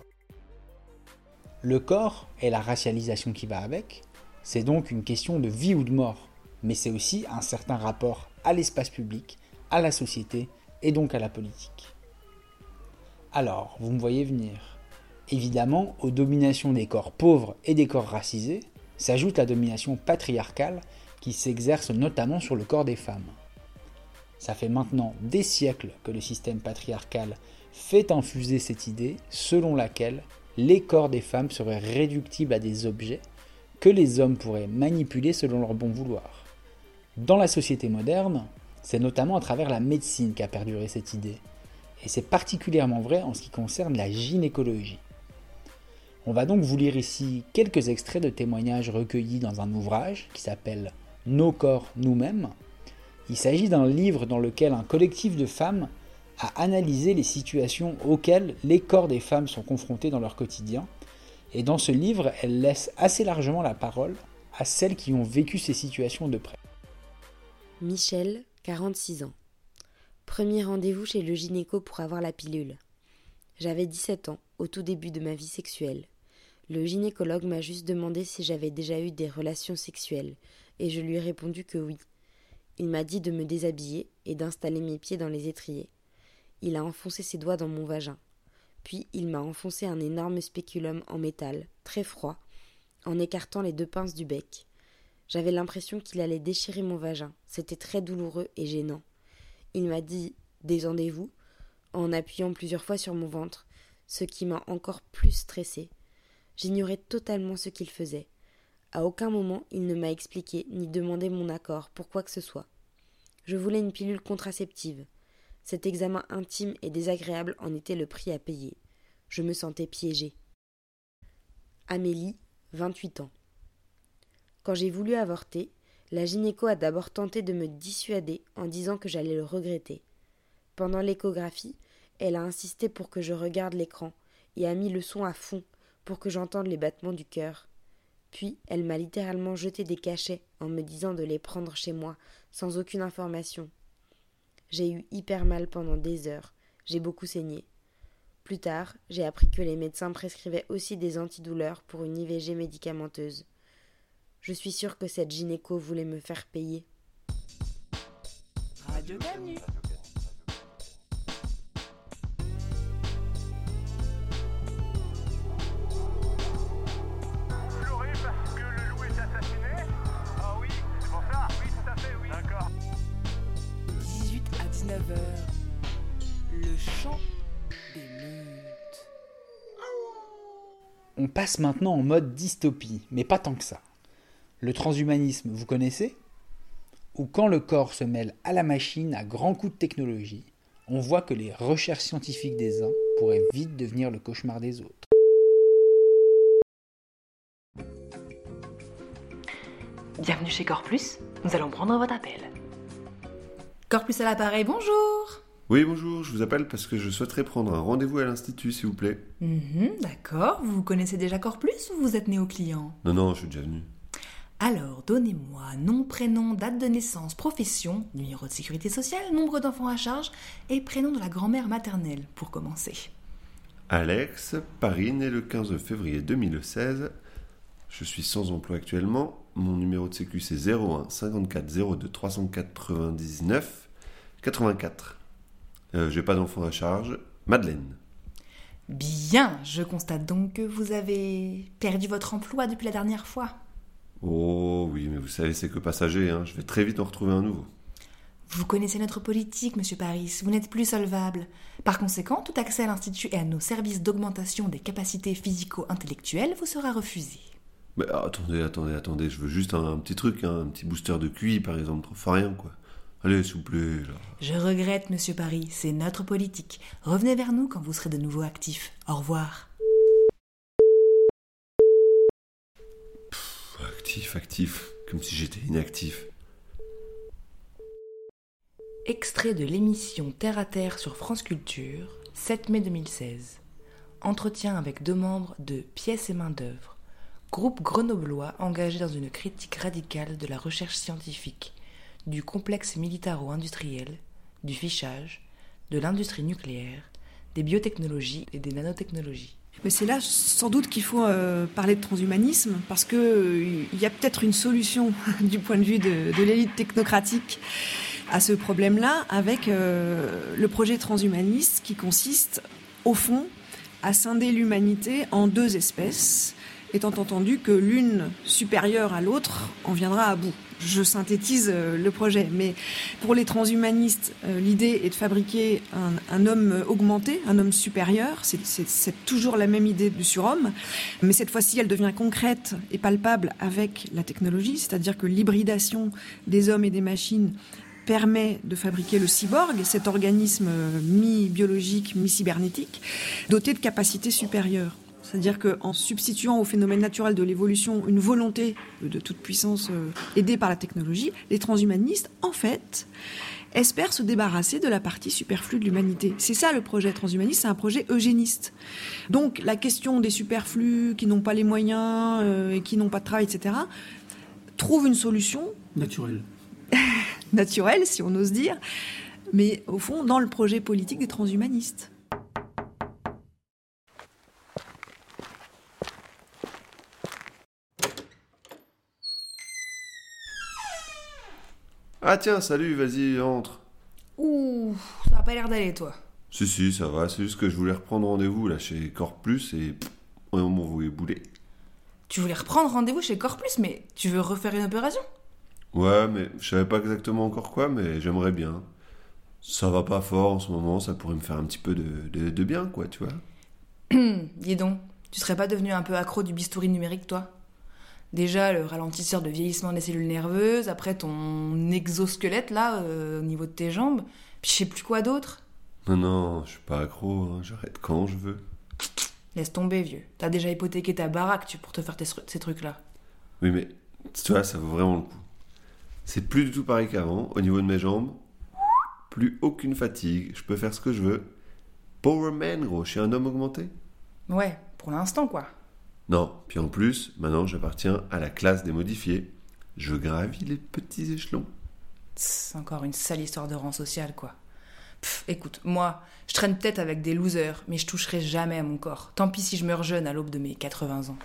Le corps et la racialisation qui va avec, c'est donc une question de vie ou de mort, mais c'est aussi un certain rapport à l'espace public, à la société et donc à la politique. Alors, vous me voyez venir. Évidemment, aux dominations des corps pauvres et des corps racisés, s'ajoute la domination patriarcale qui s'exerce notamment sur le corps des femmes. Ça fait maintenant des siècles que le système patriarcal fait infuser cette idée selon laquelle les corps des femmes seraient réductibles à des objets que les hommes pourraient manipuler selon leur bon vouloir. Dans la société moderne, c'est notamment à travers la médecine qu'a perduré cette idée, et c'est particulièrement vrai en ce qui concerne la gynécologie. On va donc vous lire ici quelques extraits de témoignages recueillis dans un ouvrage qui s'appelle « Nos corps, nous-mêmes ». Il s'agit d'un livre dans lequel un collectif de femmes a analysé les situations auxquelles les corps des femmes sont confrontés dans leur quotidien. Et dans ce livre, elles laissent assez largement la parole à celles qui ont vécu ces situations de près. Michel, quarante-six ans. Premier rendez-vous chez le gynéco pour avoir la pilule. J'avais dix-sept ans, au tout début de ma vie sexuelle. Le gynécologue m'a juste demandé si j'avais déjà eu des relations sexuelles, et je lui ai répondu que oui. Il m'a dit de me déshabiller et d'installer mes pieds dans les étriers. Il a enfoncé ses doigts dans mon vagin. Puis il m'a enfoncé un énorme spéculum en métal, très froid, en écartant les deux pinces du bec. J'avais l'impression qu'il allait déchirer mon vagin. C'était très douloureux et gênant. Il m'a dit « Détendez-vous » en appuyant plusieurs fois sur mon ventre, ce qui m'a encore plus stressée. J'ignorais totalement ce qu'il faisait. À aucun moment, il ne m'a expliqué ni demandé mon accord pour quoi que ce soit. Je voulais une pilule contraceptive. Cet examen intime et désagréable en était le prix à payer. Je me sentais piégée. Amélie, vingt-huit ans. Quand j'ai voulu avorter, la gynéco a d'abord tenté de me dissuader en disant que j'allais le regretter. Pendant l'échographie, elle a insisté pour que je regarde l'écran et a mis le son à fond pour que j'entende les battements du cœur. Puis, elle m'a littéralement jeté des cachets en me disant de les prendre chez moi, sans aucune information. J'ai eu hyper mal pendant des heures, j'ai beaucoup saigné. Plus tard, j'ai appris que les médecins prescrivaient aussi des antidouleurs pour une I V G médicamenteuse. Je suis sûre que cette gynéco voulait me faire payer. Radio Canu. dix-huit à dix-neuf heures, le chant des meutes. On passe maintenant en mode dystopie, mais pas tant que ça. Le transhumanisme, vous connaissez ? Ou quand le corps se mêle à la machine à grands coups de technologie, on voit que les recherches scientifiques des uns pourraient vite devenir le cauchemar des autres. Bienvenue chez Corplus, nous allons prendre votre appel. Corplus à l'appareil, bonjour. Oui, bonjour, je vous appelle parce que je souhaiterais prendre un rendez-vous à l'Institut, s'il vous plaît. Mmh, d'accord, vous connaissez déjà Corplus ou vous êtes néo client ? Non, non, je suis déjà venu. Alors, donnez-moi nom, prénom, date de naissance, profession, numéro de sécurité sociale, nombre d'enfants à charge et prénom de la grand-mère maternelle, pour commencer. Alex, Paris, né le quinze février deux mille seize, Je suis sans emploi actuellement. Mon numéro de sécu, c'est zéro un cinquante-quatre zéro deux trois cent quatre-vingt-dix-neuf quatre-vingt-quatre. Euh, j'ai pas d'enfant à charge. Madeleine. Bien, je constate donc que vous avez perdu votre emploi depuis la dernière fois. Oh oui, mais vous savez, c'est que passager, hein. Je vais très vite en retrouver un nouveau. Vous connaissez notre politique, monsieur Paris, vous n'êtes plus solvable. Par conséquent, tout accès à l'Institut et à nos services d'augmentation des capacités physico-intellectuelles vous sera refusé. Mais attendez, attendez, attendez, je veux juste un, un petit truc, hein, un petit booster de Q I par exemple, trop fort rien quoi. Allez, s'il vous plaît, là. Je regrette, monsieur Paris, c'est notre politique. Revenez vers nous quand vous serez de nouveau actif. Au revoir. Pff, actif, actif, comme si j'étais inactif. Extrait de l'émission Terre à Terre sur France Culture, sept mai deux mille seize. Entretien avec deux membres de Pièces et Main d'œuvre, groupe grenoblois engagé dans une critique radicale de la recherche scientifique, du complexe militaro-industriel, du fichage, de l'industrie nucléaire, des biotechnologies et des nanotechnologies. Mais c'est là sans doute qu'il faut euh, parler de transhumanisme, parce qu'il euh, y a peut-être une solution du point de vue de, de l'élite technocratique à ce problème-là, avec euh, le projet transhumaniste qui consiste, au fond, à scinder l'humanité en deux espèces, étant entendu que l'une supérieure à l'autre en viendra à bout. Je synthétise euh, le projet, mais pour les transhumanistes, euh, l'idée est de fabriquer un, un homme augmenté, un homme supérieur. C'est, c'est, c'est toujours la même idée du surhomme, mais cette fois-ci, elle devient concrète et palpable avec la technologie, c'est-à-dire que l'hybridation des hommes et des machines permet de fabriquer le cyborg, cet organisme mi-biologique, mi-cybernétique, doté de capacités supérieures. C'est-à-dire qu'en substituant au phénomène naturel de l'évolution une volonté de toute puissance euh, aidée par la technologie, les transhumanistes, en fait, espèrent se débarrasser de la partie superflue de l'humanité. C'est ça le projet transhumaniste, c'est un projet eugéniste. Donc la question des superflus qui n'ont pas les moyens euh, et qui n'ont pas de travail, et cetera, trouve une solution naturelle. naturelle, si on ose dire, mais au fond, dans le projet politique des transhumanistes. Ah tiens, salut, vas-y, entre. Ouh, ça a pas l'air d'aller, toi. Si, si, ça va, c'est juste que je voulais reprendre rendez-vous là chez Corplus et pff, on m'a envoyé bouler. Tu voulais reprendre rendez-vous chez Corplus, mais tu veux refaire une opération ? Ouais, mais je savais pas exactement encore quoi, mais j'aimerais bien. Ça va pas fort en ce moment, ça pourrait me faire un petit peu de, de, de bien, quoi, tu vois. Dis donc, tu serais pas devenu un peu accro du bistouri numérique, toi ? Déjà, le ralentisseur de vieillissement des cellules nerveuses, après ton exosquelette, là, euh, au niveau de tes jambes, puis je sais plus quoi d'autre. Non, non, je suis pas accro, hein, j'arrête quand je veux. Laisse tomber, vieux. T'as déjà hypothéqué ta baraque tu, pour te faire tes, ces trucs-là. Oui, mais, tu vois, ça vaut vraiment le coup. C'est plus du tout pareil qu'avant, au niveau de mes jambes. Plus aucune fatigue, je peux faire ce que je veux. Power man, gros, je suis un homme augmenté. Ouais, pour l'instant, quoi. Non, puis en plus, maintenant j'appartiens à la classe des modifiés. Je gravis les petits échelons. C'est encore une sale histoire de rang social, quoi. Pff, écoute, moi, je traîne peut-être avec des losers, mais je toucherai jamais à mon corps. Tant pis si je meurs jeune à l'aube de mes quatre-vingts ans.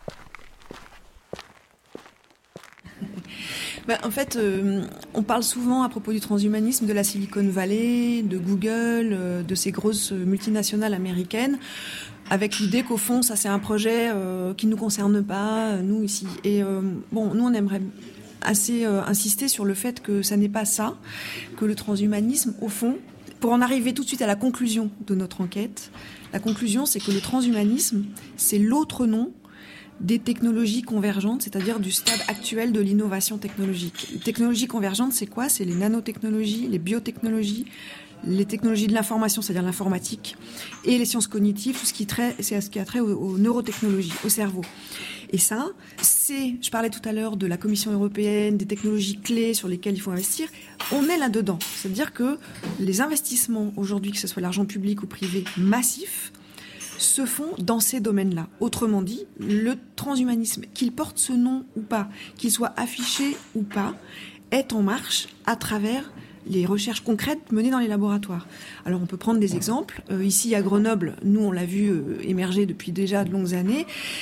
Ben, en fait, euh, on parle souvent à propos du transhumanisme de la Silicon Valley, de Google, euh, de ces grosses multinationales américaines, avec l'idée qu'au fond, ça c'est un projet euh, qui ne nous concerne pas, euh, nous ici. Et euh, bon, nous on aimerait assez euh, insister sur le fait que ça n'est pas ça, que le transhumanisme, au fond, pour en arriver tout de suite à la conclusion de notre enquête, la conclusion c'est que le transhumanisme, c'est l'autre nom des technologies convergentes, c'est-à-dire du stade actuel de l'innovation technologique. Les technologies convergentes, c'est quoi ? C'est les nanotechnologies, les biotechnologies, les technologies de l'information, c'est-à-dire l'informatique, et les sciences cognitives, tout ce qui, trait, c'est ce qui a trait aux, aux neurotechnologies, au cerveau. Et ça, c'est, je parlais tout à l'heure de la Commission européenne, des technologies clés sur lesquelles il faut investir, on est là-dedans. C'est-à-dire que les investissements aujourd'hui, que ce soit l'argent public ou privé, massifs, se font dans ces domaines-là. Autrement dit, le transhumanisme, qu'il porte ce nom ou pas, qu'il soit affiché ou pas, est en marche à travers les recherches concrètes menées dans les laboratoires. Alors on peut prendre des exemples. Euh, ici à Grenoble, nous on l'a vu euh, émerger depuis déjà de longues années.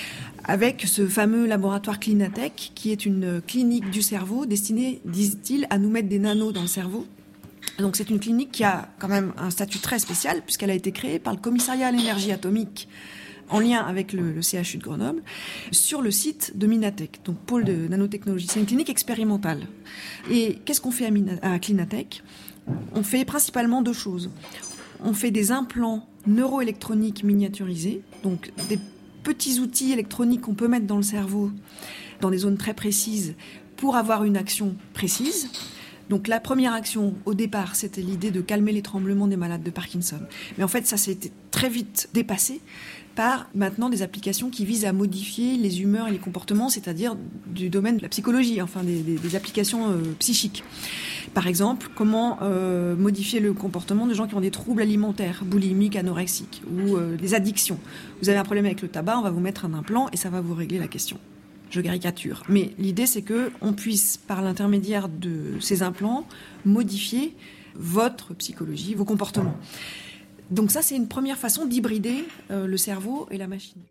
avec ce fameux laboratoire Clinatech, qui est une clinique du cerveau destinée, disent-ils, à nous mettre des nanos dans le cerveau. Donc c'est une clinique qui a quand même un statut très spécial, puisqu'elle a été créée par le commissariat à l'énergie atomique, en lien avec le, le C H U de Grenoble, sur le site de Minatech, donc pôle de nanotechnologie. C'est une clinique expérimentale. Et qu'est-ce qu'on fait à, Mina, à Clinatech ? On fait principalement deux choses. On fait des implants neuroélectroniques miniaturisés, donc des petits outils électroniques qu'on peut mettre dans le cerveau, dans des zones très précises, pour avoir une action précise. Donc la première action, au départ, c'était l'idée de calmer les tremblements des malades de Parkinson. Mais en fait, ça s'est très vite dépassé par maintenant des applications qui visent à modifier les humeurs et les comportements, c'est-à-dire du domaine de la psychologie, enfin des, des, des applications euh, psychiques. Par exemple, comment euh, modifier le comportement de gens qui ont des troubles alimentaires, boulimiques, anorexiques, ou euh, des addictions. Vous avez un problème avec le tabac, on va vous mettre un implant et ça va vous régler la question. Je caricature. Mais l'idée, c'est qu'on puisse, par l'intermédiaire de ces implants, modifier votre psychologie, vos comportements. Donc ça, c'est une première façon d'hybrider euh, le cerveau et la machine.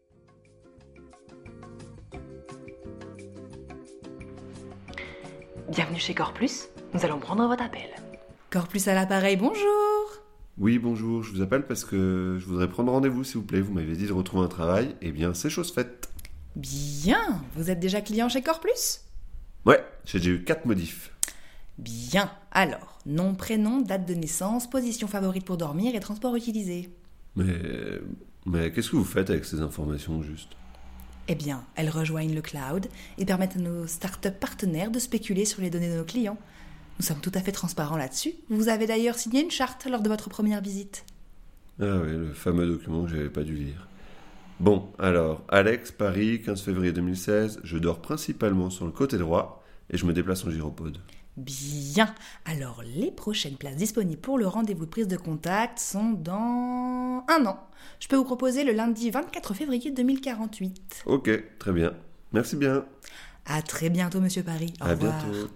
Bienvenue chez Corplus, nous allons prendre votre appel. Corplus à l'appareil, bonjour. Oui, bonjour, je vous appelle parce que je voudrais prendre rendez-vous, s'il vous plaît. Vous m'avez dit de retrouver un travail, eh bien, c'est chose faite. Bien, vous êtes déjà client chez Corplus ? Ouais, j'ai déjà eu quatre modifs. Bien, alors, nom, prénom, date de naissance, position favorite pour dormir et transport utilisé. Mais, mais qu'est-ce que vous faites avec ces informations, juste ? Eh bien, elles rejoignent le cloud et permettent à nos startups partenaires de spéculer sur les données de nos clients. Nous sommes tout à fait transparents là-dessus. Vous avez d'ailleurs signé une charte lors de votre première visite. Ah oui, le fameux document que j'avais pas dû lire. Bon, alors, Alex, Paris, quinze février deux mille seize, je dors principalement sur le côté droit et je me déplace en gyropode. Bien, alors les prochaines places disponibles pour le rendez-vous de prise de contact sont dans un an. Je peux vous proposer le lundi vingt-quatre février deux mille quarante-huit. Ok, très bien. Merci bien. À très bientôt, monsieur Paris. Au à revoir. bientôt.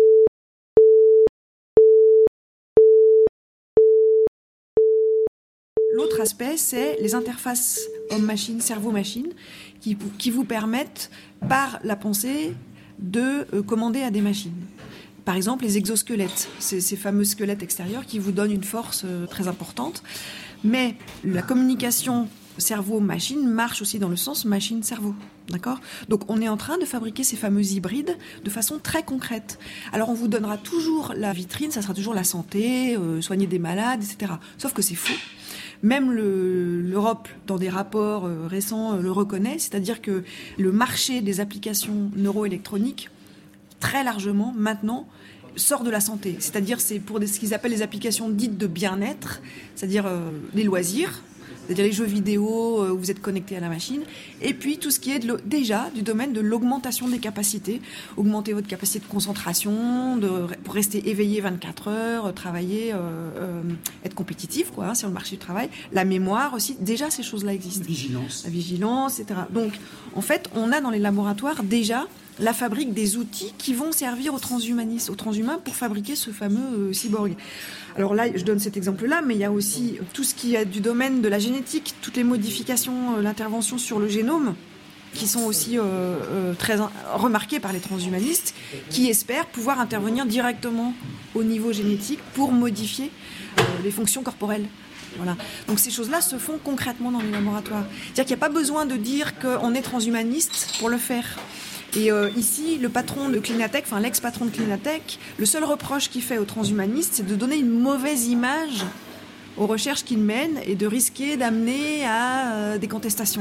L'autre aspect, c'est les interfaces homme-machine, cerveau-machine, qui, qui vous permettent, par la pensée, de euh, commander à des machines. Par exemple, les exosquelettes, ces, ces fameux squelettes extérieurs qui vous donnent une force euh, très importante. Mais la communication cerveau-machine marche aussi dans le sens machine-cerveau. D'accord ? Donc on est en train de fabriquer ces fameux hybrides de façon très concrète. Alors on vous donnera toujours la vitrine, ça sera toujours la santé, euh, soigner des malades, et cetera. Sauf que c'est faux. Même le, l'Europe, dans des rapports euh, récents, euh, le reconnaît, c'est-à-dire que le marché des applications neuroélectroniques, très largement, maintenant, sort de la santé. C'est-à-dire c'est pour des, ce qu'ils appellent les applications dites de bien-être, c'est-à-dire euh, les loisirs, c'est-à-dire les jeux vidéo euh, où vous êtes connecté à la machine, et puis tout ce qui est de, déjà du domaine de l'augmentation des capacités, augmenter votre capacité de concentration, de, pour rester éveillé vingt-quatre heures, travailler, euh, euh, être compétitif quoi, hein, sur le marché du travail, la mémoire aussi, déjà ces choses-là existent. La vigilance. La vigilance, et cetera. Donc en fait, on a dans les laboratoires déjà la fabrique des outils qui vont servir aux transhumanistes, aux transhumains pour fabriquer ce fameux euh, cyborg. Alors là, je donne cet exemple-là, mais il y a aussi tout ce qui est du domaine de la génétique, toutes les modifications, euh, l'intervention sur le génome, qui sont aussi euh, euh, très remarquées par les transhumanistes, qui espèrent pouvoir intervenir directement au niveau génétique pour modifier euh, les fonctions corporelles. Voilà. Donc ces choses-là se font concrètement dans les laboratoires. C'est-à-dire qu'il n'y a pas besoin de dire qu'on est transhumaniste pour le faire. Et euh, ici, le patron de Clinatech, enfin l'ex-patron de Clinatech, le seul reproche qu'il fait aux transhumanistes, c'est de donner une mauvaise image aux recherches qu'ils mènent et de risquer d'amener à euh, des contestations.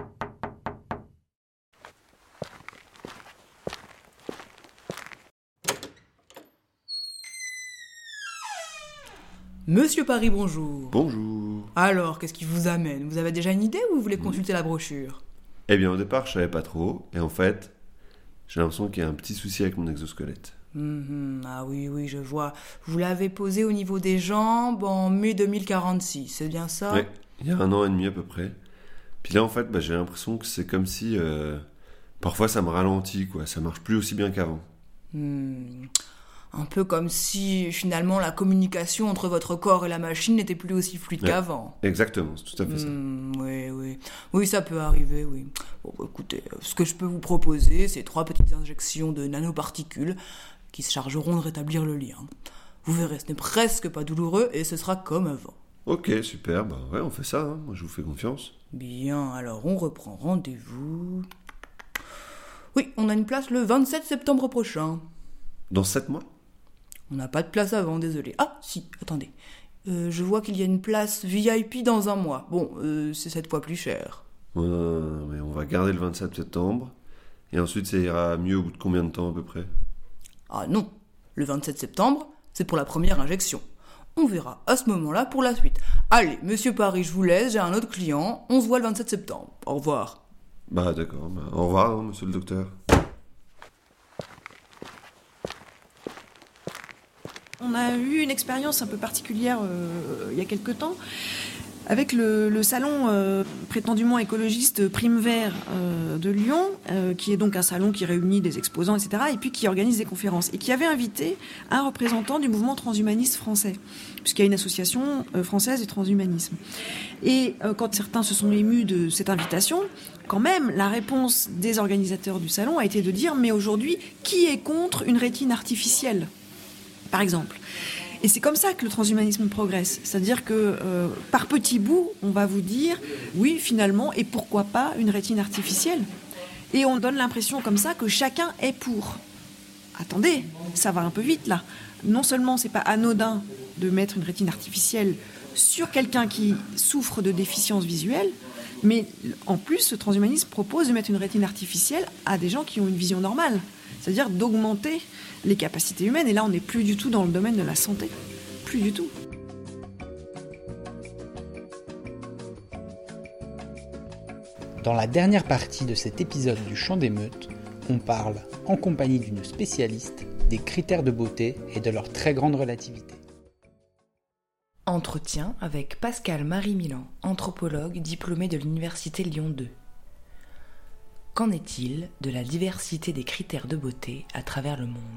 Monsieur Paris, bonjour. Bonjour. Alors, qu'est-ce qui vous amène ? Vous avez déjà une idée ou vous voulez consulter la brochure ? Eh bien, au départ, je savais pas trop, et en fait, j'ai l'impression qu'il y a un petit souci avec mon exosquelette. Mmh, ah oui, oui, je vois. Vous l'avez posé au niveau des jambes en mai deux mille quarante-six, c'est bien ça ? Oui, il y a un an et demi à peu près. Puis là, en fait, bah, j'ai l'impression que c'est comme si... Euh, parfois, ça me ralentit, quoi. Ça marche plus aussi bien qu'avant. Mmh. Un peu comme si, finalement, la communication entre votre corps et la machine n'était plus aussi fluide Ouais. qu'avant. Exactement, c'est tout à fait ça. Mmh, oui, oui. Oui, ça peut arriver, oui. Bon, bah, écoutez, euh, ce que je peux vous proposer, c'est trois petites injections de nanoparticules qui se chargeront de rétablir le lien. Vous verrez, ce n'est presque pas douloureux et ce sera comme avant. Ok, super, bah ouais, on fait ça, hein. Moi je vous fais confiance. Bien, alors on reprend rendez-vous. Oui, on a une place le vingt-sept septembre prochain. Dans sept mois? On n'a pas de place avant, désolé. Ah, si, attendez. Euh, je vois qu'il y a une place V I P dans un mois. Bon, euh, c'est cette fois plus cher. Ouais, mais on va garder le vingt-sept septembre. Et ensuite, ça ira mieux au bout de combien de temps à peu près? Ah non, le vingt-sept septembre, c'est pour la première injection. On verra à ce moment-là pour la suite. Allez, monsieur Paris, je vous laisse, j'ai un autre client. On se voit le vingt-sept septembre. Au revoir. Bah d'accord, bah, au revoir, hein, monsieur le docteur. On a eu une expérience un peu particulière euh, il y a quelque temps avec le, le salon euh, prétendument écologiste Prime Vert euh, de Lyon, euh, qui est donc un salon qui réunit des exposants, et cetera, et puis qui organise des conférences, et qui avait invité un représentant du mouvement transhumaniste français, puisqu'il y a une association euh, française du transhumanisme. Et euh, quand certains se sont émus de cette invitation, quand même, la réponse des organisateurs du salon a été de dire « Mais aujourd'hui, qui est contre une rétine artificielle ?» par exemple. Et c'est comme ça que le transhumanisme progresse. C'est-à-dire que euh, par petits bouts, on va vous dire oui, finalement, et pourquoi pas une rétine artificielle? Et on donne l'impression comme ça que chacun est pour. Attendez, ça va un peu vite là. Non seulement c'est pas anodin de mettre une rétine artificielle sur quelqu'un qui souffre de déficience visuelle, mais en plus, le transhumanisme propose de mettre une rétine artificielle à des gens qui ont une vision normale. C'est-à-dire d'augmenter les capacités humaines. Et là, on n'est plus du tout dans le domaine de la santé. Plus du tout. Dans la dernière partie de cet épisode du Chant d'émeute, on parle, en compagnie d'une spécialiste, des critères de beauté et de leur très grande relativité. Entretien avec Pascale-Marie Milan, anthropologue diplômée de l'Université Lyon deux. Qu'en est-il de la diversité des critères de beauté à travers le monde ?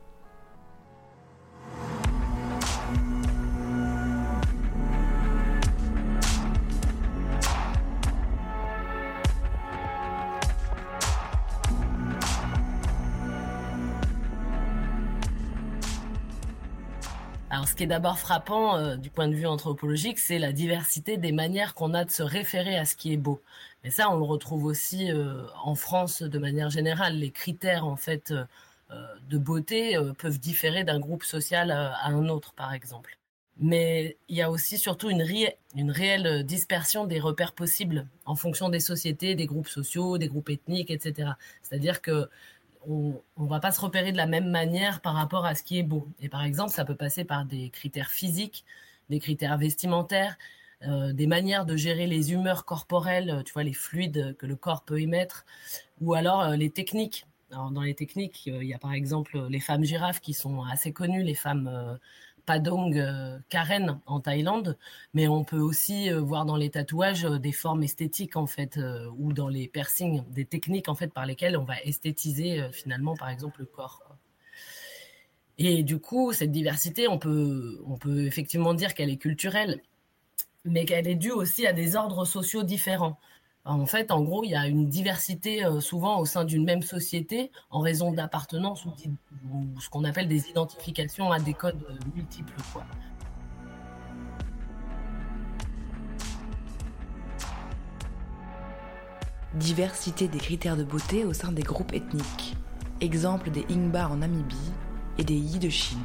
Alors, ce qui est d'abord frappant euh, du point de vue anthropologique, c'est la diversité des manières qu'on a de se référer à ce qui est beau. Mais ça, on le retrouve aussi euh, en France de manière générale. Les critères, en fait, euh, de beauté euh, peuvent différer d'un groupe social à, à un autre, par exemple. Mais il y a aussi surtout une, ré- une réelle dispersion des repères possibles en fonction des sociétés, des groupes sociaux, des groupes ethniques, et cetera. C'est-à-dire que on ne va pas se repérer de la même manière par rapport à ce qui est beau. Et par exemple, ça peut passer par des critères physiques, des critères vestimentaires, euh, des manières de gérer les humeurs corporelles, tu vois, les fluides que le corps peut émettre, ou alors euh, les techniques. Alors, dans les techniques, euh, il y a par exemple les femmes girafes qui sont assez connues, les femmes euh, Padong euh, Karen en Thaïlande, mais on peut aussi euh, voir dans les tatouages euh, des formes esthétiques en fait, euh, ou dans les piercings, des techniques en fait par lesquelles on va esthétiser euh, finalement par exemple le corps, quoi. Et du coup, cette diversité, on peut, on peut effectivement dire qu'elle est culturelle, mais qu'elle est due aussi à des ordres sociaux différents. En fait, en gros, il y a une diversité euh, souvent au sein d'une même société en raison d'appartenance ou, ou ce qu'on appelle des identifications à des codes euh, multiples, quoi. Diversité des critères de beauté au sein des groupes ethniques. Exemple des Ingba en Namibie et des Yi de Chine.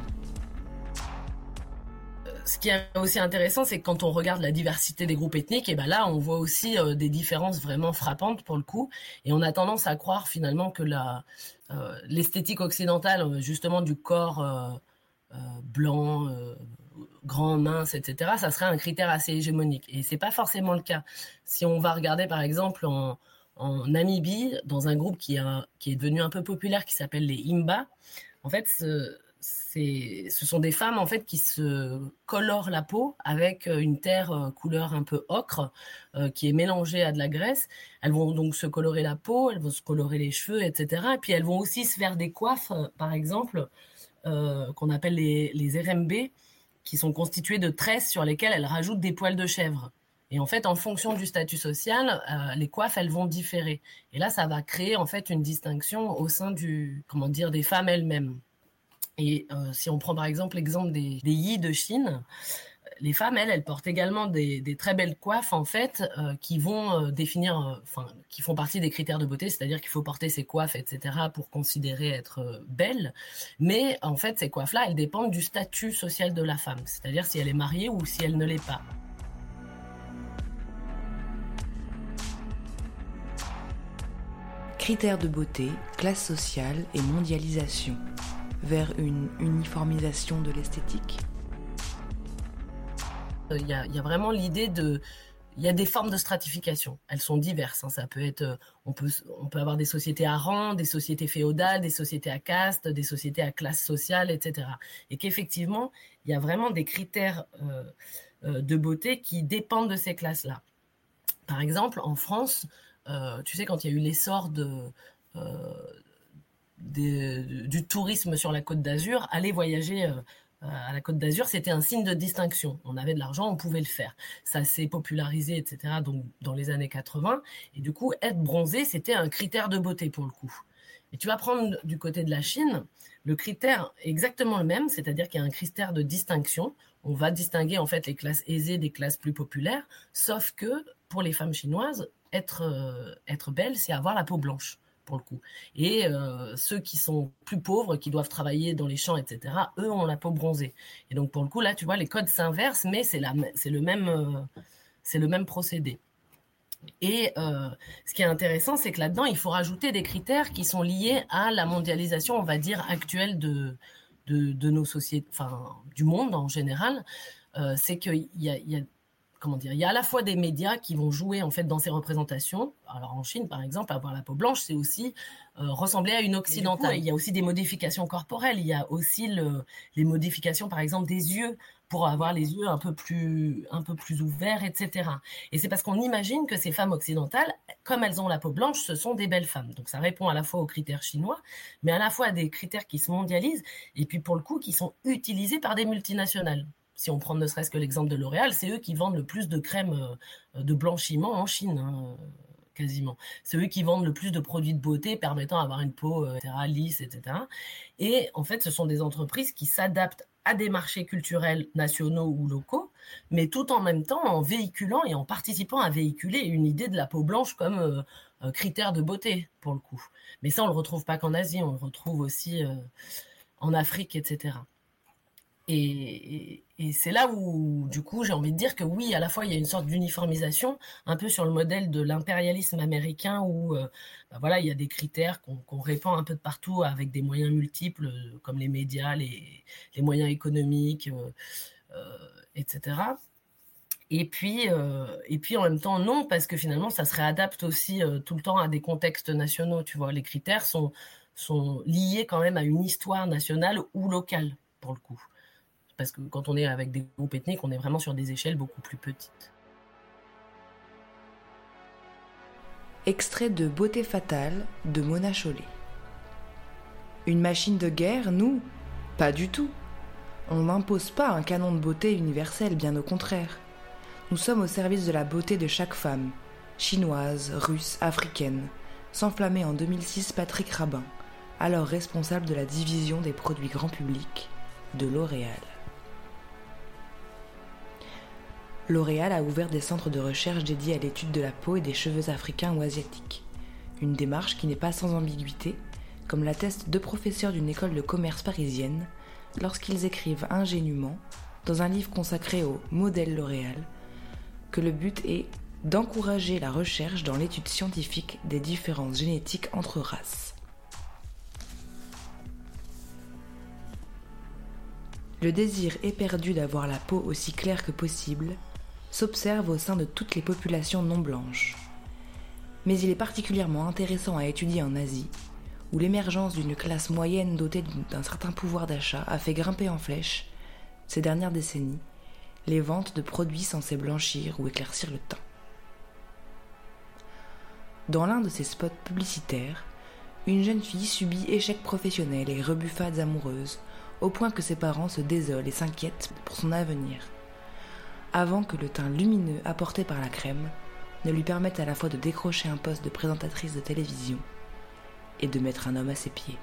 Ce qui est aussi intéressant, c'est que quand on regarde la diversité des groupes ethniques, et ben là, on voit aussi euh, des différences vraiment frappantes pour le coup. Et on a tendance à croire finalement que la, euh, l'esthétique occidentale, justement du corps euh, euh, blanc, euh, grand, mince, et cetera, ça serait un critère assez hégémonique. Et c'est pas forcément le cas. Si on va regarder par exemple en, en Namibie, dans un groupe qui, a, qui est devenu un peu populaire, qui s'appelle les Imba, en fait, ce, C'est, ce sont des femmes en fait qui se colorent la peau avec une terre euh, couleur un peu ocre euh, qui est mélangée à de la graisse. Elles vont donc se colorer la peau, elles vont se colorer les cheveux, et cetera. Et puis elles vont aussi se faire des coiffes, euh, par exemple, euh, qu'on appelle les, les R M B, qui sont constituées de tresses sur lesquelles elles rajoutent des poils de chèvre. Et en fait, en fonction du statut social, euh, les coiffes, elles vont différer. Et là, ça va créer en fait une distinction au sein du, comment dire, des femmes elles-mêmes. Et euh, si on prend par exemple l'exemple des, des Yi de Chine, les femmes, elles, elles portent également des, des très belles coiffes en fait, euh, qui vont euh, définir, enfin, euh, qui font partie des critères de beauté, c'est-à-dire qu'il faut porter ces coiffes, et cetera, pour considérer être euh, belle. Mais en fait, ces coiffes-là, elles dépendent du statut social de la femme, c'est-à-dire si elle est mariée ou si elle ne l'est pas. Critères de beauté, classe sociale et mondialisation. Vers une uniformisation de l'esthétique ? Il y a, il y a vraiment l'idée de... Il y a des formes de stratification. Elles sont diverses. Hein. Ça peut être... On peut, on peut avoir des sociétés à rang, des sociétés féodales, des sociétés à caste, des sociétés à classe sociale, et cetera. Et qu'effectivement, il y a vraiment des critères euh, euh, de beauté qui dépendent de ces classes-là. Par exemple, en France, euh, tu sais, quand il y a eu l'essor de... Euh, Des, du tourisme sur la Côte d'Azur, aller voyager euh, à la Côte d'Azur, c'était un signe de distinction. On avait de l'argent, on pouvait le faire. Ça s'est popularisé, et cetera, donc dans les années quatre-vingts. Et du coup, être bronzé, c'était un critère de beauté pour le coup. Et tu vas prendre du côté de la Chine, le critère est exactement le même, c'est-à-dire qu'il y a un critère de distinction. On va distinguer en fait les classes aisées des classes plus populaires, sauf que pour les femmes chinoises, être, euh, être belle, c'est avoir la peau blanche. Pour le coup. Et euh, ceux qui sont plus pauvres, qui doivent travailler dans les champs, et cetera, eux ont la peau bronzée. Et donc, pour le coup, là, tu vois, les codes s'inversent, mais c'est, la, c'est, le, même, euh, c'est le même procédé. Et euh, ce qui est intéressant, c'est que là-dedans, il faut rajouter des critères qui sont liés à la mondialisation, on va dire, actuelle de, de, de nos sociétés, enfin, du monde en général. Euh, c'est qu'il y a... Il y a Comment dire, il y a à la fois des médias qui vont jouer en fait dans ces représentations. Alors en Chine, par exemple, avoir la peau blanche, c'est aussi euh, ressembler à une occidentale. Coup, il y a aussi des modifications corporelles. Il y a aussi le, les modifications, par exemple, des yeux pour avoir les yeux un peu plus, un peu plus ouverts, et cetera. Et c'est parce qu'on imagine que ces femmes occidentales, comme elles ont la peau blanche, ce sont des belles femmes. Donc ça répond à la fois aux critères chinois, mais à la fois à des critères qui se mondialisent et puis pour le coup qui sont utilisés par des multinationales. Si on prend ne serait-ce que l'exemple de L'Oréal, c'est eux qui vendent le plus de crème de blanchiment en Chine, hein, quasiment. C'est eux qui vendent le plus de produits de beauté permettant d'avoir une peau euh, et cetera, lisse, et cetera. Et en fait, ce sont des entreprises qui s'adaptent à des marchés culturels nationaux ou locaux, mais tout en même temps en véhiculant et en participant à véhiculer une idée de la peau blanche comme euh, euh, critère de beauté, pour le coup. Mais ça, on le retrouve pas qu'en Asie, on le retrouve aussi euh, en Afrique, et cetera. Et, et, et c'est là où, du coup, j'ai envie de dire que oui, à la fois, il y a une sorte d'uniformisation, un peu sur le modèle de l'impérialisme américain où, euh, bah voilà, il y a des critères qu'on, qu'on répand un peu de partout avec des moyens multiples, comme les médias, les, les moyens économiques, euh, euh, et cetera. Et puis, euh, et puis, en même temps, non, parce que finalement, ça se réadapte aussi euh, tout le temps à des contextes nationaux, tu vois. Les critères sont, sont liés quand même à une histoire nationale ou locale, pour le coup. Parce que quand on est avec des groupes ethniques, on est vraiment sur des échelles beaucoup plus petites. Extrait de Beauté fatale de Mona Chollet. Une machine de guerre, nous ? Pas du tout. On n'impose pas un canon de beauté universel, bien au contraire. Nous sommes au service de la beauté de chaque femme, chinoise, russe, africaine, s'enflammait en deux mille six Patrick Rabin, alors responsable de la division des produits grand public de L'Oréal. L'Oréal a ouvert des centres de recherche dédiés à l'étude de la peau et des cheveux africains ou asiatiques. Une démarche qui n'est pas sans ambiguïté, comme l'attestent deux professeurs d'une école de commerce parisienne lorsqu'ils écrivent ingénument, dans un livre consacré au modèle L'Oréal, que le but est d'encourager la recherche dans l'étude scientifique des différences génétiques entre races. Le désir éperdu d'avoir la peau aussi claire que possible s'observe au sein de toutes les populations non blanches. Mais il est particulièrement intéressant à étudier en Asie, où l'émergence d'une classe moyenne dotée d'un certain pouvoir d'achat a fait grimper en flèche, ces dernières décennies, les ventes de produits censés blanchir ou éclaircir le teint. Dans l'un de ces spots publicitaires, une jeune fille subit échec professionnel et rebuffades amoureuses au point que ses parents se désolent et s'inquiètent pour son avenir, avant que le teint lumineux apporté par la crème ne lui permette à la fois de décrocher un poste de présentatrice de télévision et de mettre un homme à ses pieds.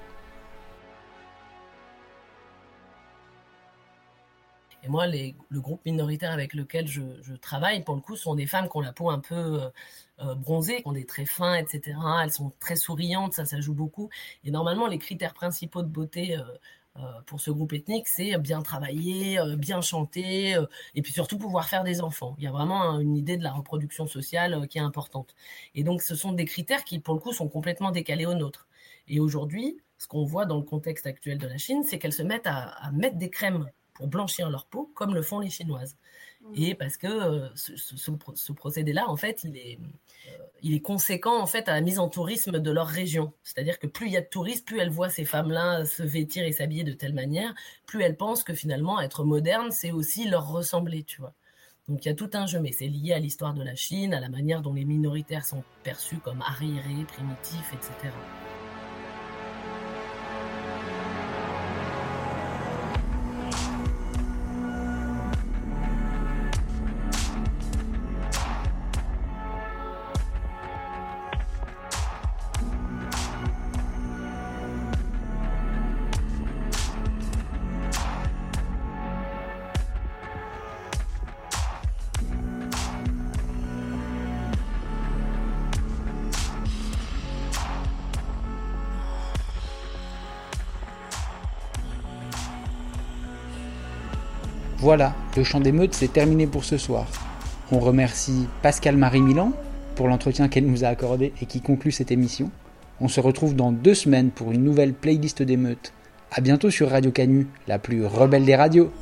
Et moi, les, le groupe minoritaire avec lequel je, je travaille, pour le coup, sont des femmes qui ont la peau un peu euh, bronzée, qui ont des traits fins, et cetera. Elles sont très souriantes, ça, ça joue beaucoup. Et normalement, les critères principaux de beauté euh, euh, pour ce groupe ethnique, c'est bien travailler, euh, bien chanter, euh, et puis surtout pouvoir faire des enfants. Il y a vraiment un, une idée de la reproduction sociale euh, qui est importante. Et donc, ce sont des critères qui, pour le coup, sont complètement décalés aux nôtres. Et aujourd'hui, ce qu'on voit dans le contexte actuel de la Chine, c'est qu'elles se mettent à, à mettre des crèmes pour blanchir leur peau, comme le font les Chinoises. Mmh. Et parce que euh, ce, ce, ce procédé-là, en fait, il est, euh, il est conséquent en fait, à la mise en tourisme de leur région. C'est-à-dire que plus il y a de touristes, plus elles voient ces femmes-là se vêtir et s'habiller de telle manière, plus elles pensent que finalement, être moderne, c'est aussi leur ressembler, tu vois. Donc il y a tout un jeu, mais c'est lié à l'histoire de la Chine, à la manière dont les minoritaires sont perçus comme arriérés, primitifs, et cetera. Voilà, le chant d'émeute c'est terminé pour ce soir. On remercie Pascale-Marie Milan pour l'entretien qu'elle nous a accordé et qui conclut cette émission. On se retrouve dans deux semaines pour une nouvelle playlist d'émeute. A bientôt sur Radio Canu, la plus rebelle des radios.